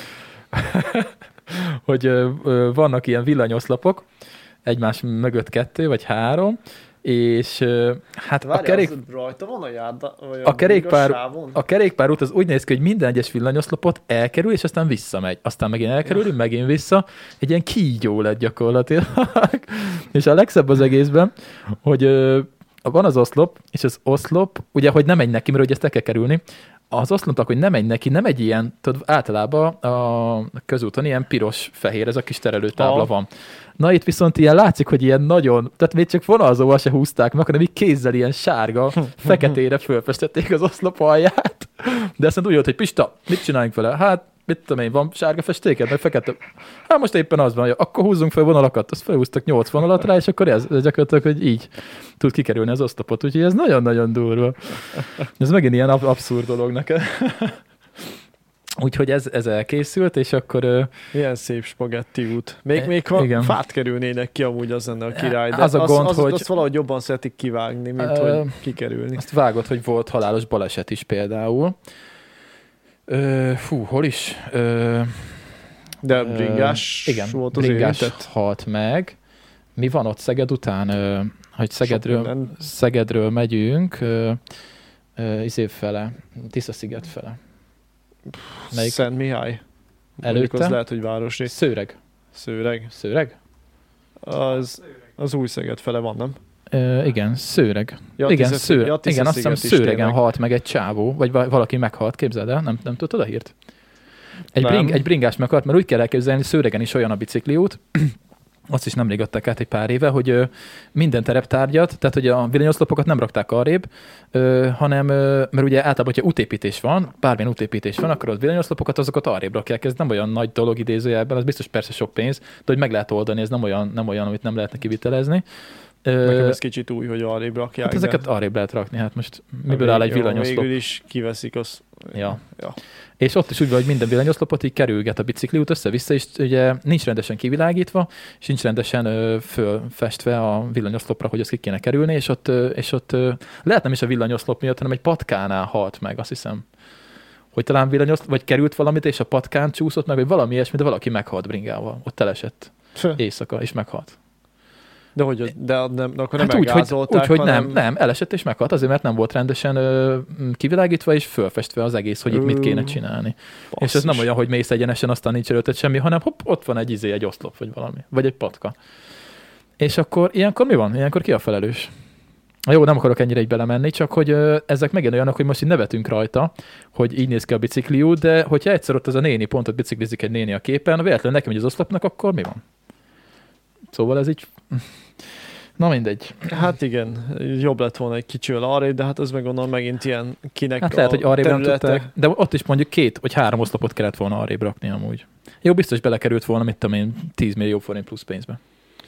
hogy vannak ilyen villanyoszlopok, egymás mögött 2 vagy 3, és hát rajta van a járda, vagy a kerékpárút az úgy néz ki, hogy minden egyes villanyoszlopot elkerül, és aztán visszamegy. Aztán megint elkerül, megint vissza. Egy ilyen kígyó lett gyakorlatilag. És a legszebb az egészben, hogy van az oszlop, és az oszlop, ugye, hogy nem megy neki, mert ugye ezt el kell kerülni, az oszlopnak, hogy nem megy neki, nem egy ilyen, tudod, általában a közúton ilyen piros-fehér, ez a kis terelőtábla van. Na itt viszont ilyen látszik, hogy ilyen nagyon, tehát még csak vonalzóval se húzták meg, hanem így kézzel ilyen sárga, feketére fölfestették az oszlop alját. De aztán úgy volt, hogy Pista, mit csináljunk vele? Hát, mit tudom én, van sárga festéked, meg fekete. Hát most éppen az van, hogy akkor húzzunk fel vonalakat, azt felhúztak 8 vonalat rá, és akkor ez gyakorlatilag, hogy így tud kikerülni az oszlopot. Úgyhogy ez nagyon-nagyon durva. Ez megint ilyen abszurd dolog neked. Úgyhogy ez elkészült, és akkor... Ilyen szép spagetti út. Még ha fát kerülnének ki, amúgy az lenne a király, de az a gond, hogy... azt valahogy jobban szeretik kivágni, mint hogy kikerülni. Azt vágod, hogy volt halálos baleset is például. Hol is? De bringás volt az bringás érintett. halt meg. Mi van ott Szeged után? Hogy Szegedről megyünk, fele, Tisza-sziget fele. Melyik? Szent Mihály. Előtte? Az lehet, hogy városrész. Szőreg? Az új Szeged fele van, nem? Igen, Szőreg. Igen, azt hiszem Szőregen halt meg egy csávó, vagy valaki meghalt, képzeld el, nem tudod a hírt? Egy bringás meghalt, mert úgy kell elképzelni, Szőregen is olyan a bicikliút, azt is nemrég adták át egy pár éve, hogy minden tereptárgyat, tehát hogy a villanyoszlopokat nem rakták arrébb, hanem, mert ugye általában, hogyha útépítés van, bármilyen útépítés van, akkor az villanyoszlopokat azokat arrébb rakják. Ez nem olyan nagy dolog idézőjelben, az biztos persze sok pénz, de hogy meg lehet oldani, ez nem olyan amit nem lehetne kivitelezni. Nekem ez kicsit új, hogy arrébb rakják. Hát ezeket arrébb lehet rakni, hát most miből áll egy villanyoszlop? Végül is kiveszik azt. Ja. És ott is úgy van, hogy minden villanyoszlopot így kerülget a bicikliút össze-vissza, és ugye nincs rendesen kivilágítva, és nincs rendesen fölfestve a villanyoszlopra, hogy azt ki kéne kerülni, és ott lehet nem is a villanyoszlop miatt, hanem egy patkánál halt meg, azt hiszem. Hogy talán villanyoszlop, vagy került valamit, és a patkán csúszott meg, vagy valami ilyesmi, de valaki meghalt bringával. Ott elesett éjszaka, és meghalt. De akkor nem Hát meggázolták, hogy hanem... nem, elesett és meghalt azért, mert nem volt rendesen kivilágítva és fölfestve az egész, hogy itt mit kéne csinálni. Basszus. És ez nem olyan, hogy mész egyenesen, aztán nincs előtted semmi, hanem hopp, ott van egy oszlop, vagy valami, vagy egy patka. És akkor ilyenkor mi van? Ilyenkor ki a felelős? Jó, nem akarok ennyire így belemenni, csak hogy ezek megint olyanok, hogy most így nevetünk rajta, hogy így néz ki a bicikliút, de hogyha egyszer ott az a néni pont ott biciklizik egy néni a képen, véletlenül neki megy az oszlopnak, akkor mi van? Szóval ez így... Na mindegy. Hát igen, jobb lett volna egy kicsivel arrébb, de hát az meg onnan megint ilyen kinek hát lehet, hogy arrébb nem tudták, de ott is mondjuk 2 vagy 3 oszlopot kellett volna arrébb rakni amúgy. Jó, biztos belekerült volna, mit tudom én, 10 millió forint plusz pénzbe.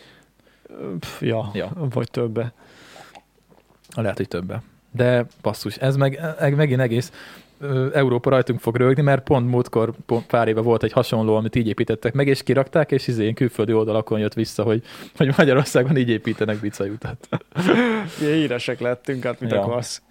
Ja, vagy többe. Lehet, hogy többe. De basszus, ez megint egész Európa rajtunk fog rögni, mert pont múltkor pár éve volt egy hasonló, amit így építettek meg, és kirakták, és ilyen külföldi oldalakon jött vissza, hogy Magyarországon így építenek bicajutat. Ilyen híresek lettünk, hát mit akarsz.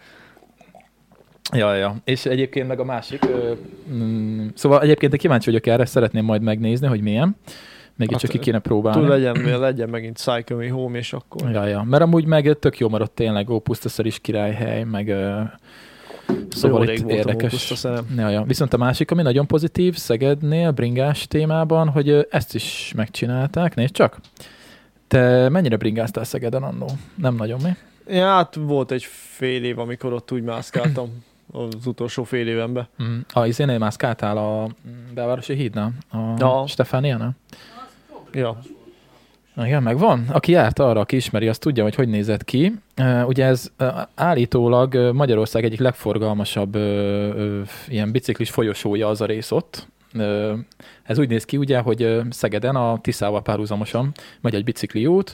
Ja. És egyébként meg a másik, szóval egyébként kíváncsi vagyok erre, szeretném majd megnézni, hogy milyen. Még hát, csak ki kéne próbálni. Legyen megint Cycle Me Home, és akkor... Ja. Mert amúgy meg tök jó maradt tényleg, Pusztaszer is királyhely, meg szóval itt érdekes. Ja. Viszont a másik, ami nagyon pozitív Szegednél, bringás témában, hogy ezt is megcsinálták, nézd csak. Te mennyire bringáztál Szegeden annó? Nem nagyon, mi? Ja, hát volt egy fél év, amikor ott úgy mászkáltam. Az utolsó fél évenben. Izénél mászkáltál a belvárosi hídnál? A Stefániánál? Ja. Igen, megvan. Aki járt arra, aki ismeri, azt tudja, hogy nézett ki. Ugye ez állítólag Magyarország egyik legforgalmasabb ilyen biciklis folyosója az a rész ott. Ez úgy néz ki, ugye, hogy Szegeden a Tiszával párhuzamosan megy egy bicikliút,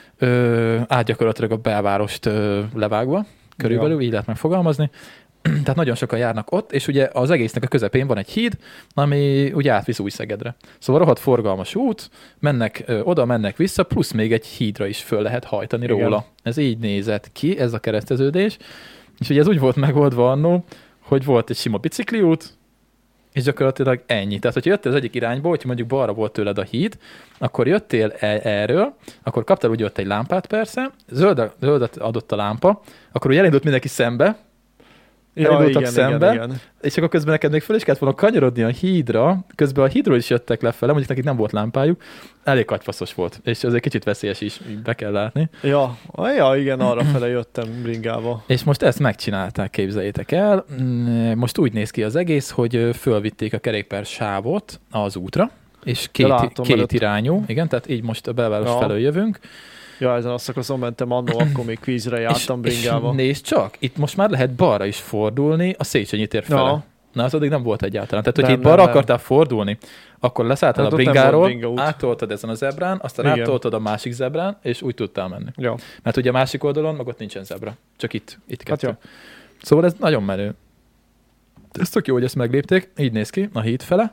át gyakorlatilag a belvárost levágva, körülbelül, így lehet megfogalmazni. Tehát nagyon sokan járnak ott, és ugye az egésznek a közepén van egy híd, ami ugye átvisz Újszegedre. Szóval rohadt forgalmas út, mennek oda, mennek vissza, plusz még egy hídra is föl lehet hajtani róla. Ez így nézett ki, ez a kereszteződés. És ugye ez úgy volt megoldva annó, hogy volt egy sima bicikliút, és gyakorlatilag ennyi. Tehát, hogyha jöttél az egyik irányból, hogyha mondjuk balra volt tőled a híd, akkor jöttél erről, akkor kaptál ugye ott egy lámpát persze, zöldet adott a lámpa, akkor ugye elindult mindenki szembe, elindultak szembe, igen. És akkor közben neked még föl is kellett volna kanyarodni a hídra, közben a hídról is jöttek lefele, mondjuk nekik nem volt lámpájuk, elég katyfaszos volt, és azért kicsit veszélyes is, be kell látni. Ja, igen, arra fele jöttem bringával. És most ezt megcsinálták, képzeljétek el. Most úgy néz ki az egész, hogy fölvitték a kerékpársávot az útra, és két irányú, igen, tehát így most a belváros felől jövünk. Ja, ezen a szakaszon mentem annó, akkor még kvízre jártam bringával. Nézd csak, itt most már lehet balra is fordulni a Széchenyi tér fele. Ja. Na, az addig nem volt egyáltalán. Tehát, hogy itt balra akartál fordulni, akkor leszálltál a bringáról, áttoltad ezen a zebrán, aztán áttoltad a másik zebrán, és úgy tudtál menni. Ja. Mert ugye a másik oldalon, meg ott nincsen zebra. Csak itt kettő. Hát ja. Szóval ez nagyon menő. Ez tök jó, hogy ezt meglépték. Így néz ki, a híd fele.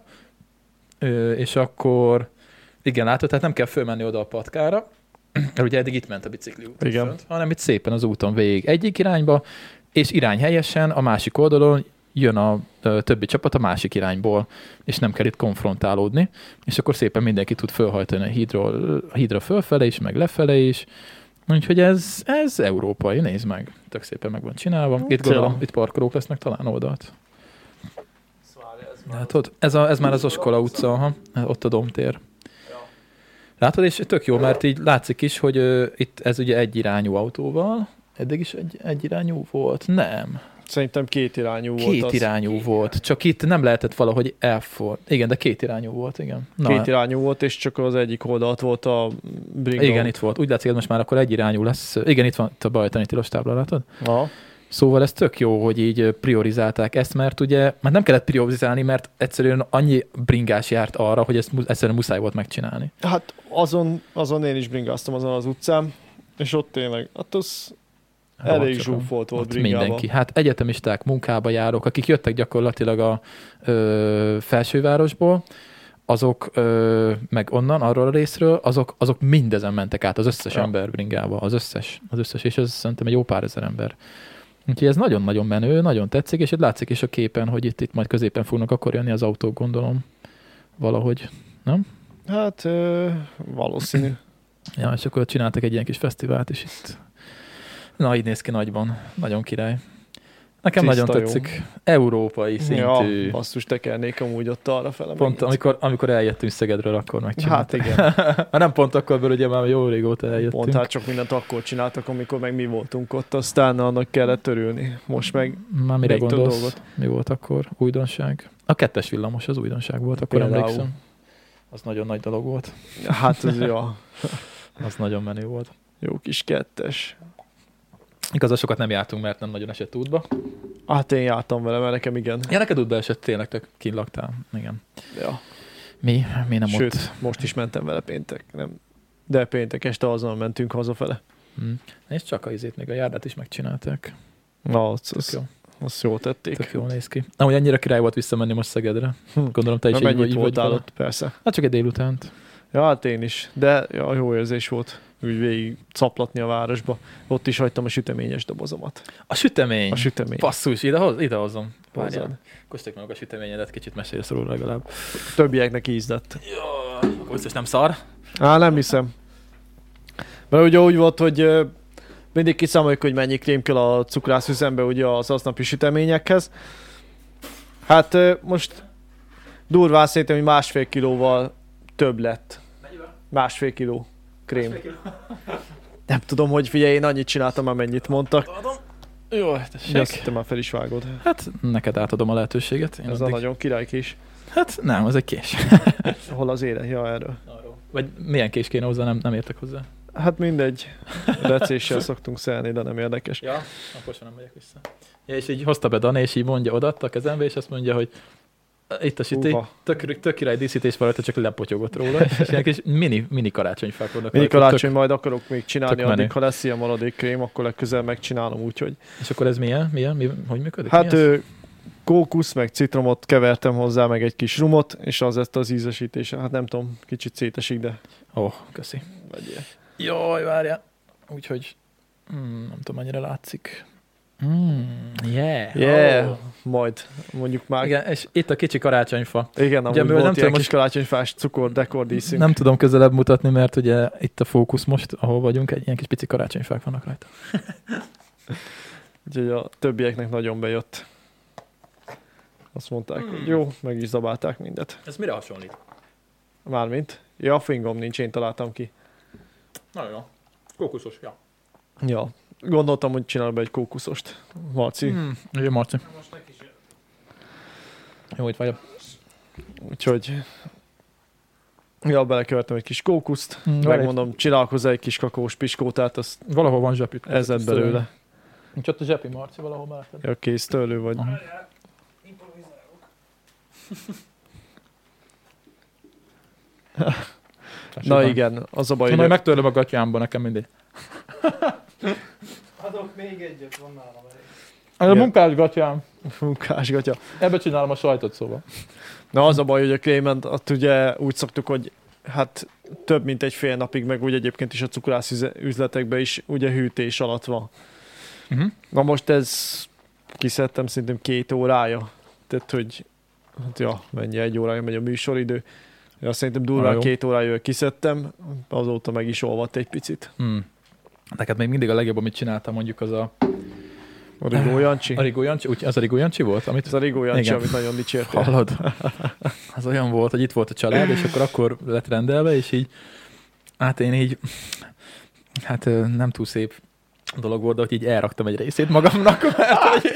És akkor, igen, látod, tehát nem kell fölmenni oda a patkára, mert ugye eddig itt ment a bicikli út, hanem itt szépen az úton végig egyik irányba, és irányhelyesen a másik oldalon jön a többi csapat a másik irányból, és nem kell itt konfrontálódni, és akkor szépen mindenki tud fölhajtani a hídra fölfele is, meg lefele is, úgyhogy ez európai, nézd meg, tök szépen meg van csinálva. Itt gondolom, itt parkolók lesznek talán oldalt. Látod? Ez már az Oskola utca, ott a Domtér. Látod, és tök jó, mert így látszik is, hogy itt ez ugye egyirányú autóval, eddig is egyirányú volt? Nem. Szerintem kétirányú volt. Kétirányú volt, csak itt nem lehetett valahogy Igen, de kétirányú volt, igen. Kétirányú volt, és csak az egyik oldalt volt a bringa. Igen, itt volt. Úgy látszik, hogy most már akkor egyirányú lesz. Igen, itt van a bajtani tilos tábla, látod? Aha. Szóval ez tök jó, hogy így priorizálták ezt, mert ugye már nem kellett priorizálni, mert egyszerűen annyi bringás járt arra, hogy ezt egyszerűen muszáj volt megcsinálni. Hát azon én is bringáztam azon az utcán, és ott tényleg, hát az elég zsúfolt volt bringával. Mindenki. Hát egyetemisták, munkába járók, akik jöttek gyakorlatilag a felsővárosból, azok meg onnan, arról a részről, azok mindezen mentek át, az összes ember bringával, az összes, és ez szerintem egy jó pár ezer ember. Úgyhogy ez nagyon-nagyon menő, nagyon tetszik, és itt látszik is a képen, hogy itt majd középen fognak akkor jönni az autók, gondolom. Valahogy, nem? Hát valószínű. Ja, és akkor csináltak egy ilyen kis fesztivált is itt. Na, így néz ki nagyban. Nagyon király. Nekem Tiszta nagyon jó. tetszik. Európai szintű. Ja, basszus, tekernék amúgy ott arra fele. Pont amikor eljöttünk Szegedről, akkor megcsináltuk. Hát igen. Már nem pont akkor, mert ugye már jó régóta eljöttünk. Pont hát csak mindent akkor csináltak, amikor meg mi voltunk ott, aztán annak kellett örülni. Most meg Már mire még több gondolsz? dolgot. Mi volt akkor? Újdonság? A 2-es villamos az újdonság volt, akkor Például. emlékszem. Az nagyon nagy dolog volt. Hát az ja, Az nagyon menő volt. jó kis 2-es. Igazán sokat nem jártunk, mert nem nagyon esett útba. Hát én jártam vele, mert nekem igen. Ja, neked útba esett, tényleg, te kint laktál. Igen. Ja. Mi nem Sőt, ott? most is mentem vele péntek. Nem. De péntek este azon mentünk hazafele. És csak a izét, még a járdát is megcsinálták. Na, Tök azt jó. jól tették. Tök jól néz ki. Amúgy annyira király volt visszamenni most Szegedre. Gondolom te is Na, így mennyit vagy voltál vele. ott, persze. Hát csak egy délutánt. Ja, hát én is. De ja, jó érzés volt úgy végig caplatni a városba. Ott is hagytam a süteményes dobozomat. A sütemény. A sütemény. Basszus, idehozom. Hozzad. Várjál. Kóstolj meg a süteményedet, kicsit mesélsz róla legalább. Többieknek ízlett. Jó, akkor biztos nem szar. Nem hiszem. Mert ugye úgy volt, hogy mindig kiszámoljuk, hogy mennyi krém kell a cukrászüzembe ugye az aznapi süteményekhez. Hát most durván szerintem, hogy 1,5 kilóval több lett. Mennyivel? 1,5 kiló krém. Nem tudom, hogy figyelj, én annyit csináltam, amennyit mondtak. Jó, De tessék. azt hittem már fel is vágod. Hát neked átadom a lehetőséget. Én Ez a addig... nagyon királykés. Hát nem, az egy kés. Hol az éle? Ja, erről. Vagy milyen kés kéne hozzá, nem értek hozzá. Hát mindegy. Recéssel szoktunk szelni, de nem érdekes. Ja, akkor sem nem megyek vissza. Ja, és így hozta be Dani, és így mondja, odaadta a kezembe, és azt mondja, hogy itt a süti, Uha. tök király díszítés van, csak lepotyogott róla, és ilyen kis mini karácsonyfák vannak. Mini rajta, karácsony majd akarok még csinálni, tök menő. addig, ha lesz ilyen maradék krém, akkor legközelebb megcsinálom, úgyhogy. És akkor ez milyen? Hogy működik? Hát Mi ez? kókusz, meg citromot kevertem hozzá, meg egy kis rumot, és az lett az ízesítése. Hát nem tudom, kicsit szétesik, de Köszi. vegyél. Jaj, várjál. Úgyhogy nem tudom, mennyire látszik. Yeah, Oh. majd mondjuk már. Igen, és itt a kicsi karácsonyfa. Igen, Ugye, amúgy mivel volt nem ilyen tudom, kis most- karácsonyfás cukor dekordíszünk. Nem tudom közelebb mutatni, mert ugye itt a fókusz most, ahol vagyunk, egy ilyen kis pici karácsonyfák vannak rajta. Úgyhogy a többieknek nagyon bejött. Azt mondták, hogy jó, meg is zabálták mindet. Ez mire hasonlít? Mármint? Ja, fingom nincs, én találtam ki. Nagyon jó. Kókuszos, ja. Ja, gondoltam, hogy csinálok be egy kókuszost. Marci. Ugye, Marci. Most neki is. Jó, itt vagyok. Úgyhogy ja, belekevertem egy kis kókuszt. Megmondom, csinálok hozzá egy kis kakaós piskót, tehát az Valahol van zsepit. ez lett belőle. Nincs ott a zsepi, Marci, valahol melletted? Ja, kész tőlő vagy. Aha. Várjál, improvizálok. Na igen, az a baj, Majd hogy megtörlöm a gatyámba, nekem mindegy. Adok még egyet, van nálam elég. Ez a Igen. munkás gatyám. munkásgatja. Ebbe csinálom a sajtot, szóval. Na az a baj, hogy a krément, ott ugye úgy szoktuk, hogy hát több mint egy fél napig, meg úgy egyébként is a cukrász üzletekben is ugye hűtés alatt van. Uh-huh. Na most ez kiszedtem szerintem 2 órája. Tehát, hogy hát ja, mennyi 1 órája megy a műsoridő. Ja, szerintem durván Jó. 2 órája kiszedtem, azóta meg is olvadt egy picit. Neked még mindig a legjobb, amit csináltam, mondjuk az a A Rigó Jancsi? Rigó Jancsi, úgy, az a Rigó Jancsi volt? Amit Ez a Rigó Jancsi, Igen. amit nagyon dicsértél. hallod? Az olyan volt, hogy itt volt a család, és akkor lett rendelve, és így, hát én így, hát nem túl szép dolog volt, de hogy így elraktam egy részét magamnak, mert hogy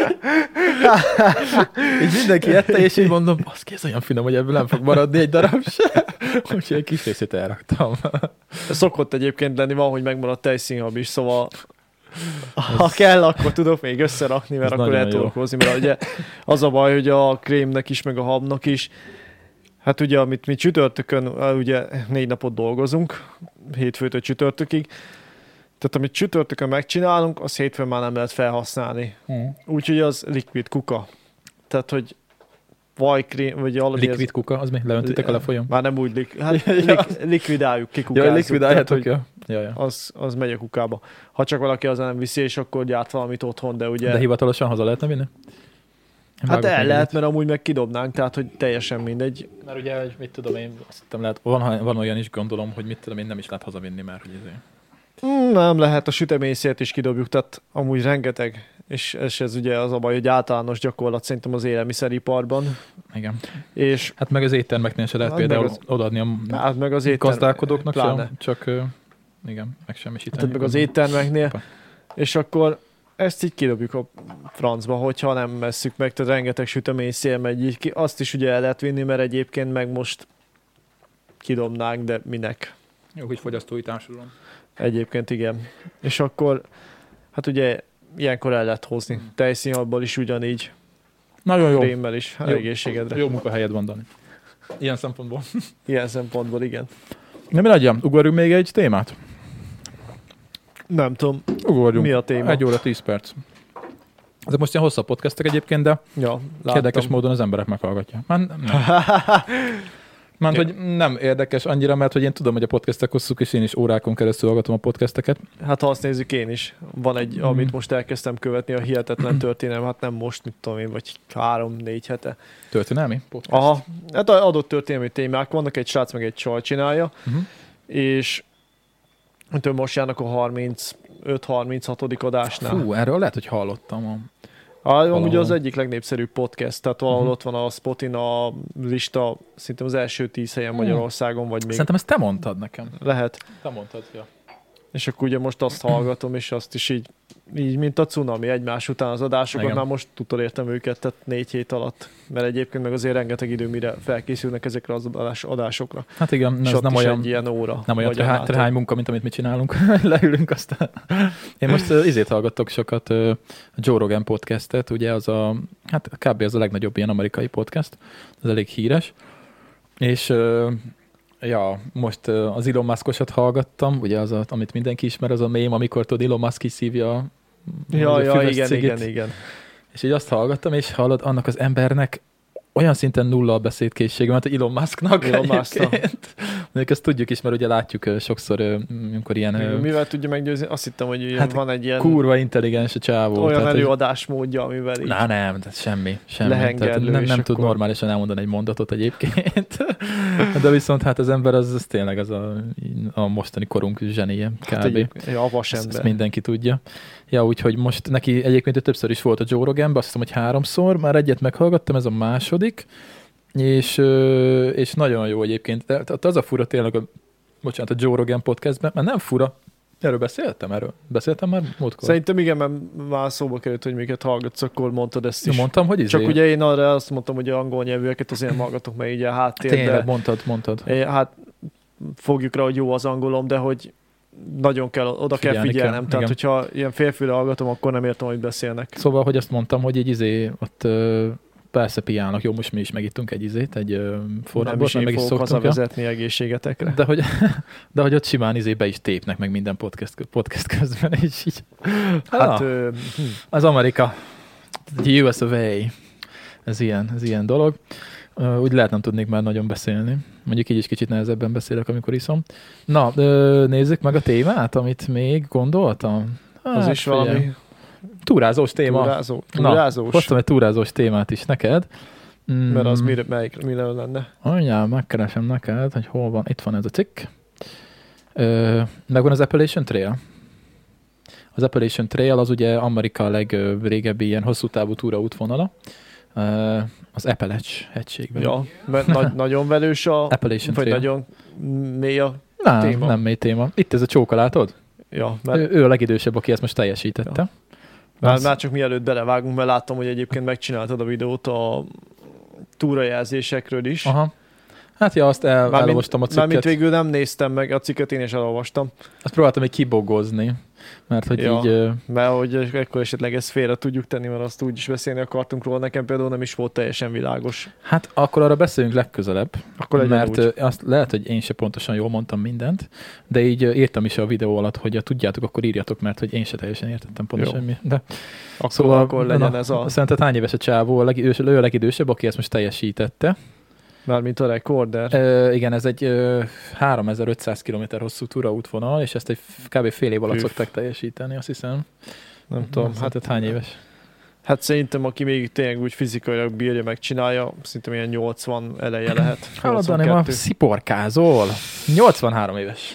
így mindenki ette, és így mondom, baszki, ez olyan finom, hogy ebből nem fog maradni egy darab se. Úgyhogy egy kis részét elraktam. Szokott egyébként lenni, van, hogy megmaradt tejszínhab is, szóval ha kell, akkor tudok még összerakni, mert Ez akkor nagyon el jó. tudok hozni, mert ugye az a baj, hogy a krémnek is, meg a habnak is, hát ugye, amit mi csütörtökön, ugye 4 napot dolgozunk, hétfőtől csütörtökig, tehát amit csütörtökön megcsinálunk, az hétfőn már nem lehet felhasználni. Úgyhogy az likvid kuka. Tehát, hogy vajkrém, vagy valami... Liquid kuka, az mi? Leöntitek a lefolyam? Már nem úgy, hát Ja. likvidáljuk, kikukázzuk. Ja, likvidáljátok, Tehát, ja. Ja. az megy a kukába. Ha csak valaki az nem viszi, és akkor gyárt valamit otthon, de ugye... De hivatalosan haza lehetne vinni? Hát el lehet, mert amúgy meg kidobnánk, tehát hogy teljesen mindegy. Mert ugye, hogy mit tudom én, azt hittem lehet, van olyan is gondolom, hogy mit tudom én, nem is lehet hazavinni már, hogy ezért. Nem lehet, a süteményszert is kidobjuk, tehát amúgy rengeteg, és ez ugye az a baj, hogy általános gyakorlat szerintem az élelmiszeriparban. Igen. És hát meg az éttermeknél se lehet például odaadni a meg az gazdálkodóknak sem, csak igen, megsemmisíteni. Hát meg az éttermeknél, és akkor ezt így kidobjuk a francba, hogyha nem vesszük meg, tehát rengeteg süteményszél megy így ki. Azt is ugye el lehet vinni, mert egyébként meg most kidobnánk, de minek? Jó, hogy fogyasztói társadalom. Egyébként igen. És akkor, hát ugye ilyenkor el lehet hozni. Tejszínhaltból is ugyanígy. Nagyon jó. Krémmel is, jó, egészségedre. Jó munkahelyed van, Dani. Ilyen szempontból. Ilyen szempontból, igen. Na mi legyen? Ugorjunk még egy témát? Nem tudom. Ugorjunk. Mi a téma? 1 óra 10 perc. Ezek most ilyen hosszabb podcastek egyébként, de ja, érdekes módon az emberek meghallgatják. Hogy nem érdekes annyira, mert hogy én tudom, hogy a podcastek hosszúk, és én is órákon keresztül hallgatom a podcasteket. Hát ha azt nézzük, én is. Van egy, amit most elkezdtem követni, a Hihetetlen Történelem, hát nem most, mit tudom én, vagy 3-4 hete. Történelmi podcast? Aha, hát adott történelmi témák vannak, egy srác meg egy csaj csinálja, és most járnak a 35-36. adásnál. Fú, erről lehet, hogy hallottam. Amúgy az egyik legnépszerűbb podcast, tehát valahol ott van a Spotin a lista, szerintem az első 10 helyen Magyarországon, vagy még. Szerintem ezt te mondtad nekem. Lehet. Te mondtad, ja. És akkor ugye most azt hallgatom, és azt is így mint a cunami egymás után az adásokat, igen. Már most utolértem őket, tehát 4 hét alatt, mert egyébként meg azért rengeteg idő, mire felkészülnek ezekre az adásokra. Hát igen, és ez nem olyan, egy ilyen óra. Nem olyan trehány munka, mint amit mi csinálunk. Leülünk aztán. Én most izét hallgattok sokat, a Joe Rogan podcastet, ugye az hát kb. Az a legnagyobb ilyen amerikai podcast, az elég híres, és ja, most az Elon Musk-osat hallgattam, ugye az, amit mindenki ismer, az a mém, amikor tudod, Elon Musk kiszívja igen. És így azt hallgattam, és hallod, annak az embernek olyan szinten nulla a beszédkészsége, mert Elon Musknak egyébként. Mondjuk ezt tudjuk is, mert ugye látjuk sokszor, amikor ilyen... Mivel tudja meggyőzni? Azt hittem, hogy hát van egy ilyen... kurva intelligens a csávó. Olyan előadásmódja, amivel így... Nem, semmi. Nem tud normálisan elmondani egy mondatot egyébként. De viszont hát az ember az tényleg az a mostani korunk zsenie, kb. Hát ezt mindenki tudja. Ja, úgyhogy most neki egyébként többször is volt a Joe Roganben, azt hiszem, hogy 3-szor, már egyet meghallgattam, ez a második, és nagyon jó egyébként. Tehát az a fura tényleg a Joe Rogan podcastben, mert nem fura, beszéltem már múltkor. Szerintem igen, mert már szóba került, hogy miket hallgatsz, akkor mondtad ezt is. Mondtam, hogy Csak ugye én arra azt mondtam, hogy angol nyelvűeket azért hallgatok, mert így a háttérben. Tényleg, mondtad. Hát fogjuk rá, hogy jó az angolom, de hogy nagyon oda kell figyelnem. Tehát, hogyha ilyen félfőre hallgatom, akkor nem értem, hogy beszélnek. Szóval, hogy azt mondtam, hogy egy ott persze piálnak. Jó, most mi is megittunk egy forradból, meg is fogok hazavezetni egészségetekre. De hogy ott simán be is tépnek meg minden podcast közben, és így. Hát, az Amerika, the US of A, ez ilyen dolog. Úgy lehet nem tudnék már nagyon beszélni. Mondjuk így is kicsit nehezebben beszélek, amikor iszom. Na, nézzük meg a témát, amit még gondoltam. Az is valami... Túrázós téma. Túrázós. Na, hoztam egy túrázós témát is neked. Mert az mire lenne? Anyám, megkeresem neked, hogy hol van. Itt van ez a cikk. Megvan az Appalachian Trail. Az Appalachian Trail az ugye Amerika legrégebbi ilyen hosszú távú túraútvonala. Az Appalach hegységben. Ja, mert nagyon velős Appalachian vagy Trail. nagyon mély a téma. Nem mély téma. Itt ez a csóka, látod? Ja, ő a legidősebb, aki ezt most teljesítette. Ja. Már csak mielőtt belevágunk, mert láttam, hogy egyébként megcsináltad a videót a túrajelzésekről is. Aha. Hát ja, azt elolvastam a cikket. Mármint végül nem néztem meg a cikket, én is elolvastam. Azt próbáltam egy kibogozni, mert hogy így... Mert hogy akkor esetleg ezt félre tudjuk tenni, mert azt úgy is beszélni akartunk róla. Nekem például nem is volt teljesen világos. Hát akkor arra beszéljünk legközelebb. Akkor mert azt lehet, hogy én se pontosan jól mondtam mindent, de így írtam is a videó alatt, hogy tudjátok, akkor írjatok, mert hogy én se teljesen értettem pontosan mi. De akkor legyen ez a... Szerinted hány éves a csávó? Ő a legidősebb, aki ezt most teljesítette. Mármint a rekorder. Igen, ez egy 3500 km hosszú túraútvonal, és ezt egy kb. Fél év alatt szokták teljesíteni, azt hiszem. Nem tudom. Hát hány éves? Hát szerintem, aki még tényleg úgy fizikailag bírja, megcsinálja, szerintem ilyen 80 eleje lehet. Hallod, ma sziporkázol. 83 éves.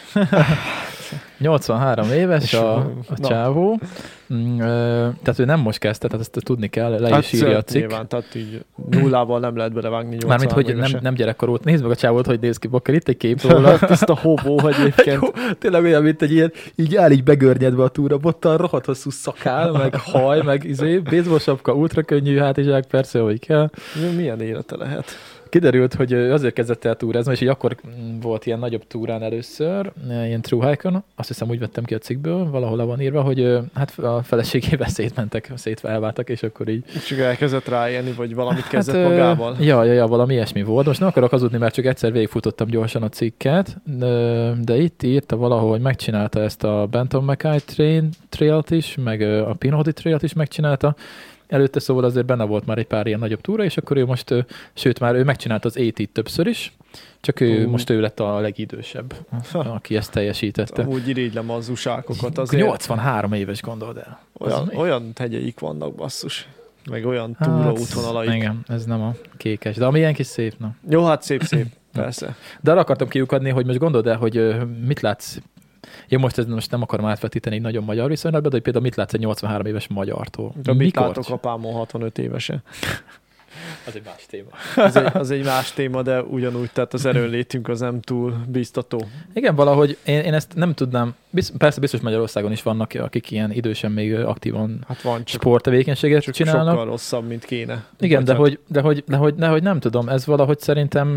83 éves a csávó. Tehát ő nem most kezdte, tehát ezt tudni kell, le is írja a cikk. Nyilván, tehát így nullával nem lehet belevágni 83 mármint, hogy évesen. nem gyerekkorút. Nézd meg a csávót, hogy néz ki, Bakker, itt egy kép róla. Ezt a hobó egyébként. Tényleg olyan, mint egy ilyen, így áll így begörnyedve a túrabottal, rohadt hosszú szakál, meg haj, meg baseball sapka, ultra könnyű hátizsák, persze, hogy kell. Milyen élete lehet? Kiderült, hogy azért kezdett el túrázni, és így akkor volt ilyen nagyobb túrán először, ilyen true hike-on, azt hiszem úgy vettem ki a cikkből, valahol le van írva, hogy hát a feleségével szétváltak, és akkor így... Csak elkezdett ráélni, vagy valamit kezdett magával? Ja, valami ilyesmi volt. Most nem akarok hazudni, mert csak egyszer végigfutottam gyorsan a cikket, de itt írta valahol, hogy megcsinálta ezt a Benton Mackay Trail-t is, meg a Pinhoti Trail-t is megcsinálta. Előtte szóval azért benne volt már egy pár ilyen nagyobb túra, és akkor ő most, sőt már ő megcsinálta az AT-t többször is, csak most ő lett a legidősebb, aki ezt teljesítette. Úgy irigylem az usákokat azért. 83 éves, gondold el. Olyan hegyeik vannak, basszus. Meg olyan túraútvonalaik. Igen, ez nem a kékes, de ami ilyen kis szép, na. Jó, hát szép, persze. De arra akartam kiukadni, hogy most gondold el, hogy mit látsz. Én most nem akarom átvetíteni egy nagyon magyar viszonylatban, de például mit látsz egy 83 éves magyartól? De mit látok apámon 65 évesen? Az egy más téma. Az egy más téma, de ugyanúgy, tehát az erőnlétünk az nem túl biztató. Igen, valahogy én ezt nem tudnám, persze biztos Magyarországon is vannak, akik ilyen idősen még aktívan sporttevékenységet csinálnak. Sokkal rosszabb, mint kéne. Igen, de hogy nem tudom, ez valahogy szerintem...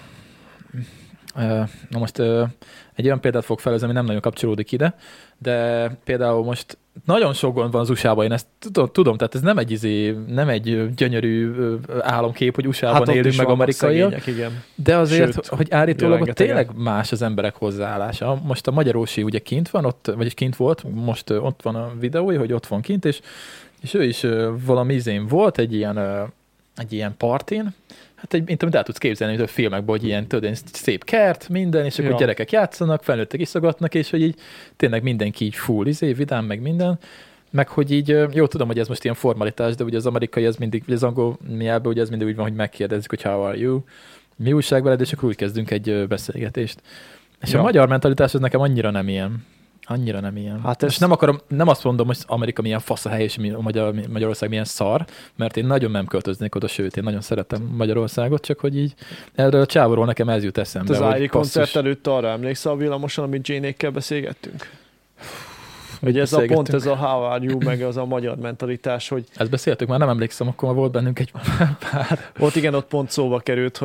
Na most egy olyan példát fog felezni, ami nem nagyon kapcsolódik ide, de például most nagyon sok gond van az USA-ban, én ezt tudom, tehát ez nem egy gyönyörű álomkép, hogy USA-ban élünk meg amerikaiak, de azért, sőt, hogy állítólag ott tényleg más az emberek hozzáállása. Most a Magyarósi ugye kint van, vagyis kint volt, most ott van a videója, hogy ott van kint, és ő is valami izén volt egy ilyen partin. Hát mint amit el tudsz képzelni, mint a filmekben, hogy ilyen szép kert, minden, és akkor gyerekek játszanak, felnőttek iszogatnak, és hogy így tényleg mindenki így full, vidám, meg minden. Meg hogy így, jó, tudom, hogy ez most ilyen formalitás, de ugye az amerikai, ez mindig, ugye az angol nyelvben, ugye ez mindig úgy van, hogy megkérdezzük, hogy how are you, mi újság veled, és akkor úgy kezdünk egy beszélgetést. És a magyar mentalitás az nekem annyira nem ilyen. Hát és nem azt mondom, hogy Amerika milyen fasz a hely, és Magyarország milyen szar, mert én nagyon nem költöznék oda, sőt, én nagyon szeretem Magyarországot, csak hogy így erről a csávóról nekem ez jut eszembe. Az Ári koncert előtt arra emlékszel a villamoson, amit Jane-ékkel beszélgettünk? Hogy ez ez a how are you, meg az a magyar mentalitás, hogy... Ezt beszéltük, már nem emlékszem, akkor már volt bennünk egy pár. Ott pont szóba került,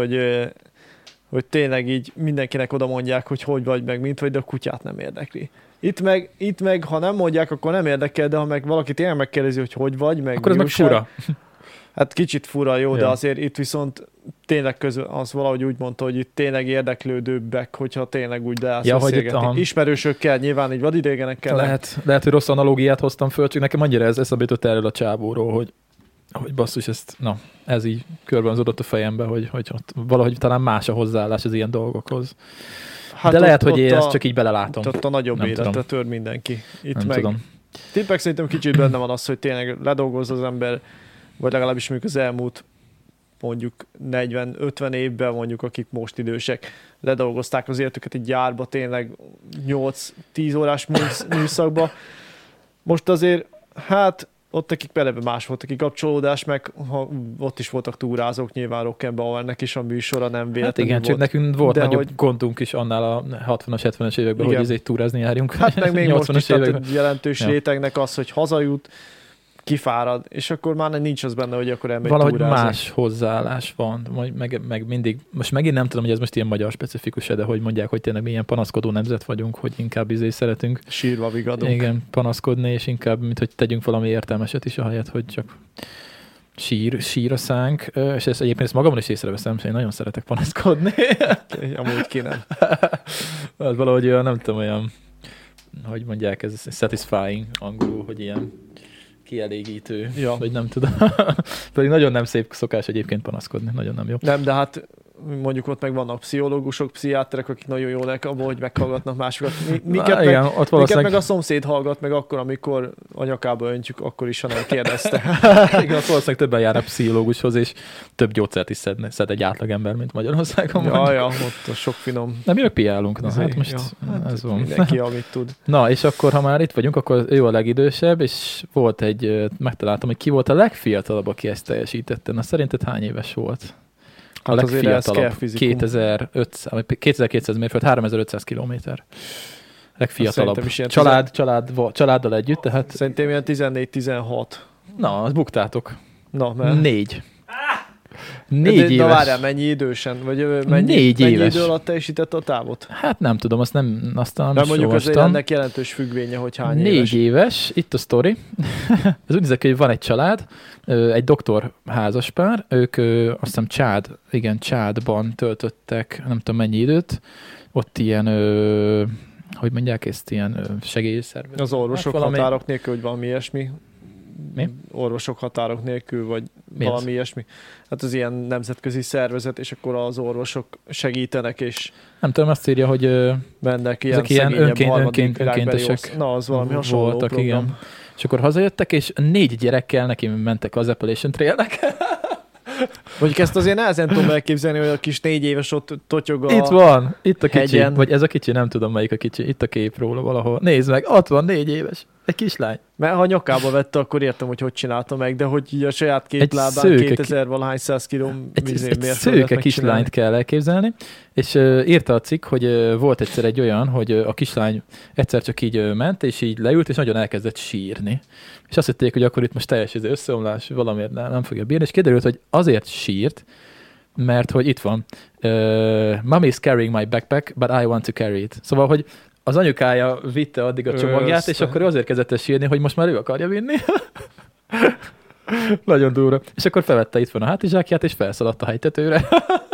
hogy tényleg így mindenkinek oda mondják, hogy vagy, meg mint vagy, de a kutyát nem érdekli. Itt meg, ha nem mondják, akkor nem érdekel, de ha meg valaki tényleg megkérdezi, hogy vagy, meg akkor ez meg fura. Hát kicsit fura, jó, de azért itt viszont tényleg az valahogy úgy mondta, hogy itt tényleg érdeklődőbbek, hogyha tényleg úgy leállsz beszélgetni. Ismerősökkel, nyilván így vadidégenekkel. Lehet, hogy rossz analógiát hoztam föl, csak nekem annyira ez eszembe jutott erről a csávóról, hogy basszus, ez így körbeazódott a fejembe, hogy ott valahogy talán más a hozzáállás az ilyen dolgokhoz. Hát de lehet, hogy én ezt csak így belelátom. Ott a nagyobb életre tör mindenki. Itt nem tudom. Tippek szerintem kicsit benne van az, hogy tényleg ledolgoz az ember, vagy legalábbis mondjuk az elmúlt mondjuk 40-50 évben mondjuk, akik most idősek, ledolgozták az életüket egy gyárba, tényleg 8-10 órás műszakba. Most azért, hát ott akik belebe más volt a kikapcsolódás, meg ott is voltak túrázók, nyilván Rock'n'Bauernek is a műsora nem véletlenül hát igen, volt. Csak nekünk volt nagyobb gondunk is annál a 60-as, 70-es években, igen. Hogy ezért túrázni járjunk. Hát meg még most is tehát jelentős rétegnek az, hogy hazajut, kifárad, és akkor már nincs az benne, hogy akkor elmegy valahogy túrázni. Más hozzáállás van, meg mindig, most megint nem tudom, hogy ez most ilyen magyar specifikus, de hogy mondják, hogy tényleg milyen panaszkodó nemzet vagyunk, hogy inkább szeretünk. Sírva vigadunk. Igen, panaszkodni, és inkább, mint hogy tegyünk valami értelmeset is, ahelyett, hogy csak sír a szánk, és egyébként magamon is észreveszem, és én nagyon szeretek panaszkodni. Amúgy ki nem. Az valahogy olyan, nem tudom, olyan, hogy mondják, ez satisfying angolul, hogy ilyen kielégítő, vagy nem tudom. Pedig nagyon nem szép szokás egyébként panaszkodni, nagyon nem jó. Nem, de hát mondjuk ott meg vannak pszichológusok, pszichiáterek, akik nagyon jól abban, hogy meghallgatnak másokat. Minket meg a szomszéd hallgat meg akkor, amikor a nyakába öntjük, akkor is, ha nem kérdezte. Igen, ott valószínűleg többen járnak pszichológushoz, és több gyógyszert is szed egy átlagember, mint Magyarországon. Ja, ott a sok finom. Nem, mi meg piálunk, na hát most ez van. Mindenki, amit tud. Na, és akkor, ha már itt vagyunk, akkor ő a legidősebb, és volt megtaláltam, hogy ki volt a legfiatalabb, aki ezt teljesítette. Na, szerinted hány éves volt? A Hát legfiatalabb, 2200 mérföld, 3500 kilométer. Legfiatalabb. Családdal együtt, tehát... Szerintem ilyen 14-16. Na, azt buktátok. Na, mert... 4 éves. Na várjál, mennyi idősen? Vagy mennyi idő alatt teljesített a távot? Hát nem tudom, azt nem De mondjuk azért ennek jelentős függvénye, hogy hány 4 éves, itt a sztori. Ez úgy nézek, hogy van egy család, egy doktor házaspár, ők azt hiszem Csádban töltöttek nem tudom mennyi időt, ott ilyen, hogy mondják ezt, ilyen segélyszervezet. Az orvosok határok nélkül, hogy valami ilyesmi. Mi? Orvosok határok nélkül, vagy mi valami az? Ilyesmi. Hát az ilyen nemzetközi szervezet, és akkor az orvosok segítenek, és nem tudom, azt írja, hogy mennek ilyen önkéntesek. Na, az valami hasonló voltak, program. igen. És akkor hazajöttek, és 4 gyerekkel neki mentek az Appalachian Trailnek. Mondjuk ezt azért nehezen tudom elképzelni, hogy a kis 4 éves ott totyog a Itt van, itt a kicsi, hegyen. vagy ez a kicsi, nem tudom melyik a kicsi, itt a kép róla valahol. Nézd meg, ott van 4 éves, egy kislány. Mert ha nyakába vette, akkor értem, hogy csinálta meg, de hogy így a saját két lábán 2000-valahány 100 kiló egy szőke kislányt kell elképzelni, és írta a cikk, hogy volt egyszer egy olyan, hogy a kislány egyszer csak így ment, és így leült, és nagyon elkezdett sírni. És azt hitték, hogy akkor itt most teljes összeomlás, valamiért nem fogja bírni, és kiderült, hogy azért sírt, mert hogy itt van, Mommy is carrying my backpack, but I want to carry it. Szóval, hogy az anyukája vitte addig a csomagját, és akkor azért kezdett el sírni, hogy most már ő akarja vinni. Nagyon durva. És akkor felvette itt van a hátizsákját, és felszaladt a hegytetőre.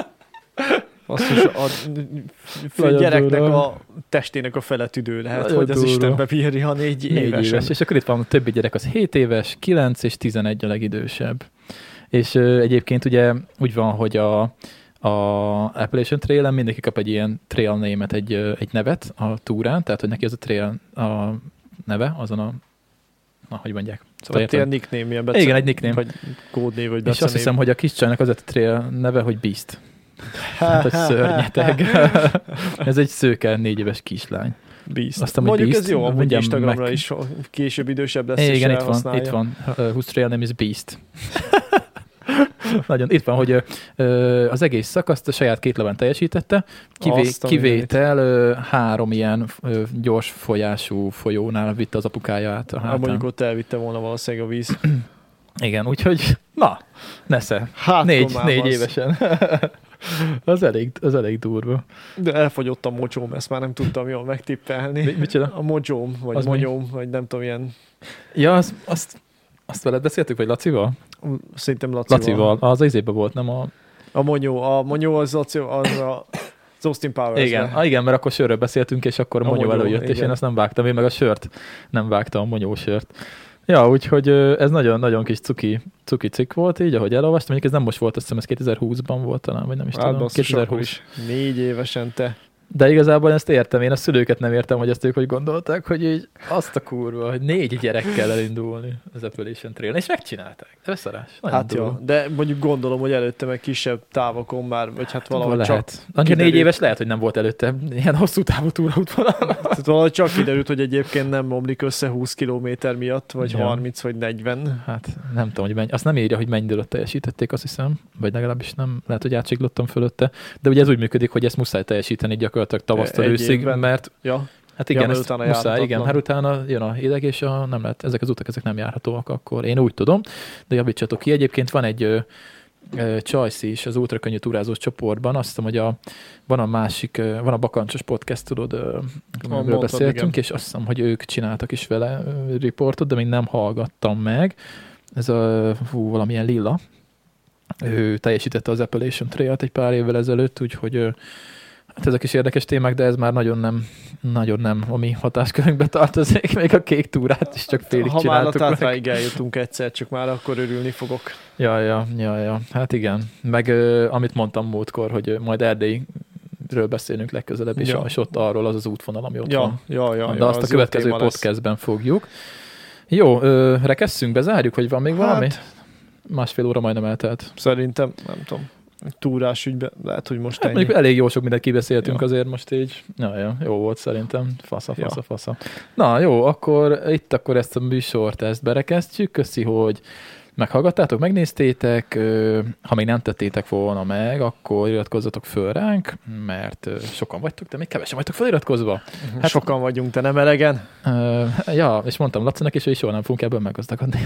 Azt is a gyereknek a testének a fele tüdő lehet, nagyon hogy az durva. Istenbe bírja 4 éves. És akkor itt van a többi gyerek, az 7 éves, 9 és 11 a legidősebb. És egyébként ugye úgy van, hogy a Appalachian Trail-en mindenki kap egy ilyen trail name-et, egy nevet a túrán, tehát hogy neki az a trail a neve, azon hogy mondják. Szóval tehát ilyen nickname, ilyen becen, igen, egy nickname. Vagy kódnév, vagy becenév. És azt hiszem, hogy a kis csajnak az a trail neve, hogy Beast. Hát, hogy szörnyeteg. Ez egy szőke 4 éves kislány. Beast. Aztán, mondjuk Beast, ez jó, hogy Instagramra is később idősebb lesz. Igen, itt van. Whose trail name is Beast. Nagyon. Itt van, hogy az egész szakaszt a saját kétleven teljesítette, kivétel 3 ilyen gyors folyású folyónál vitte az apukája át a hátán. Mondjuk ott elvitte volna valószínűleg a víz. Igen, úgyhogy na, nesze. Hát, 4 évesen. az elég durva. De elfogyott a mocsóm, ezt már nem tudtam jól megtippelni. Micsoda? A mocsóm, vagy az monyóm, vagy nem tudom, ilyen... Ja, azt veled beszéltük, vagy Lacival? Szerintem Lacival. Az izében volt, nem a... A monyó az az Austin Powers. Igen, mert akkor sörről beszéltünk, és akkor a monyó előjött, igen. És én azt nem vágtam, én meg a sört nem vágtam, a monyósört. Ja, úgyhogy ez nagyon kis cuki cikk volt így, ahogy elolvastam. Mondjuk ez nem most volt, azt hiszem ez 2020-ban volt talán, vagy nem is tudom. 2020. 4 évesen te. De igazából ezt értem, én a szülőket nem értem, hogy ezt ők hogy gondolták, hogy így azt a kurva, hogy 4 gyerekkel elindulni az Appalachian Trail-en, és megcsinálták. Összarás. Hát jó, de mondjuk gondolom, hogy előtte meg kisebb távokon már, vagy hát valahogy lehet. Csak annyira 4 éves lehet, hogy nem volt előtte ilyen hosszú távú túraútvonal. Tehát valahogy csak kiderült, hogy egyébként nem omlik össze 20 kilométer miatt, vagy 30, vagy 40. Hát nem tudom, hogy azt nem írja, hogy mennyi időt teljesítették, azt hiszem, vagy legalábbis nem, lehet, hogy átsiklottam fölötte, de ugye ez úgy működik, hogy ezt muszáj teljesíteni gyakorlatilag tavasztól őszig, mert ja. Hát igen, ezt muszáj, igen, hát utána jön a hideg, és nem lehet, ezek az utak ezek nem járhatóak akkor, én úgy tudom, de javítsatok ki. Egyébként van egy Csajci is az ultrakönnyű túrázós csoportban, azt hiszem, hogy van a Bakancsos podcast, tudod, amiről beszéltünk, igen. És azt hiszem, hogy ők csináltak is vele riportot, de még nem hallgattam meg. Ez valamilyen Lilla. Ő teljesítette az Appalachian Trail-t egy pár évvel ezelőtt, úgyhogy Hát ezek is érdekes témák, de ez már nagyon nem a mi hatáskörünkbe tartozik. Még a kék túrát is csak félig ha csináltuk. Ha már a Tátráig eljutunk egyszer, csak már akkor örülni fogok. Ja. Hát igen. Meg amit mondtam múltkor, hogy majd Erdélyről beszélünk legközelebb, és ott arról az útvonal, ami ott van. De azt a következő podcastben fogjuk. Jó, rekesszünk, bezárjuk, hogy van még valami? Másfél óra majdnem eltelt. Szerintem, nem tudom. Túrás ügyben, lehet, hogy most ennyi. Mondjuk elég jó sok mindent kibeszéltünk azért most így. Jó volt szerintem. Fasza. Na jó, akkor ezt a műsort ezt berekeztjük. Köszi, hogy meghallgattátok, megnéztétek. Ha még nem tettétek volna meg, akkor iratkozzatok föl ránk, mert sokan vagytok, de még kevesen vagytok feliratkozva. Hát sokan vagyunk, de nem elegen. És mondtam Lacinak is, hogy soha nem fogunk ebből meggazdagodni.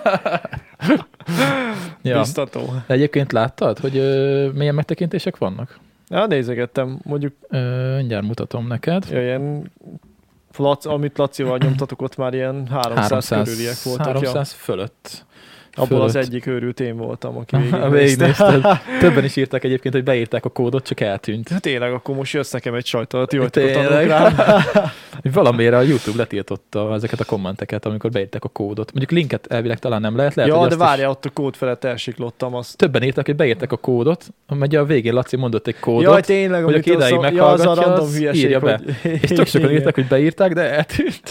Biztató. De egyébként láttad, hogy milyen megtekintések vannak? Ja, nézegettem, mondjuk. Mindjárt mutatom neked. Ilyen, amit Lacival nyomtatok, ott már ilyen 300 körüliek voltak. 300 fölött. Abból az egyik őrült én voltam, aki végignézted. Többen is írták egyébként, hogy beírták a kódot, csak eltűnt. Tényleg, akkor most jössz nekem egy sajtot, jó, hogy tanulok rám. Valamire a YouTube letiltotta ezeket a kommenteket, amikor beírták a kódot. Mondjuk linket elvileg talán nem lehet. Ja, de várjál, ott a kód felett elsiklottam azt. Többen írták, hogy beírták a kódot, ugye a végén Laci mondott egy kódot, jaj, tényleg, hogy aki idáig meghallgatja, az írja be. És tök sokan írták, hogy beírták, de eltűnt.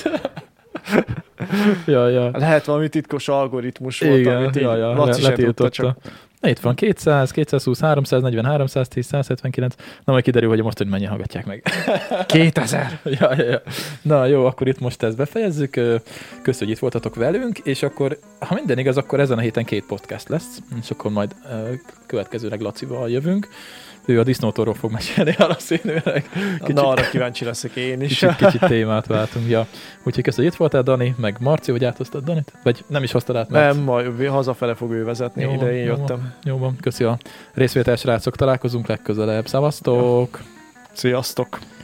Ja. Lehet valami titkos algoritmus volt, amit így Laci sem tudta csak. Itt van 200, 220, 340, 310, 179. Na majd kiderül, hogy most, hogy mennyien hallgatják meg. 2000! Ja. Na jó, akkor itt most ezt befejezzük. Köszönjük, hogy itt voltatok velünk, és akkor, ha minden igaz, akkor ezen a héten 2 podcast lesz, és akkor majd következőleg Lacival jövünk. Ő a disznótorról fog mesélni valószínűleg. Na, arra kíváncsi leszek én is. Kicsit témát váltunk, ja. Úgyhogy köszönjük, itt voltál, Dani, meg Marci, hogy áthoztad Danit? Vagy nem is hoztad át? Mert... Nem, majd hazafele fog ő vezetni, jó, ide én jöttem. Jó van, köszi a részvétel, srácok, találkozunk legközelebb. Szevasztok! Sziasztok!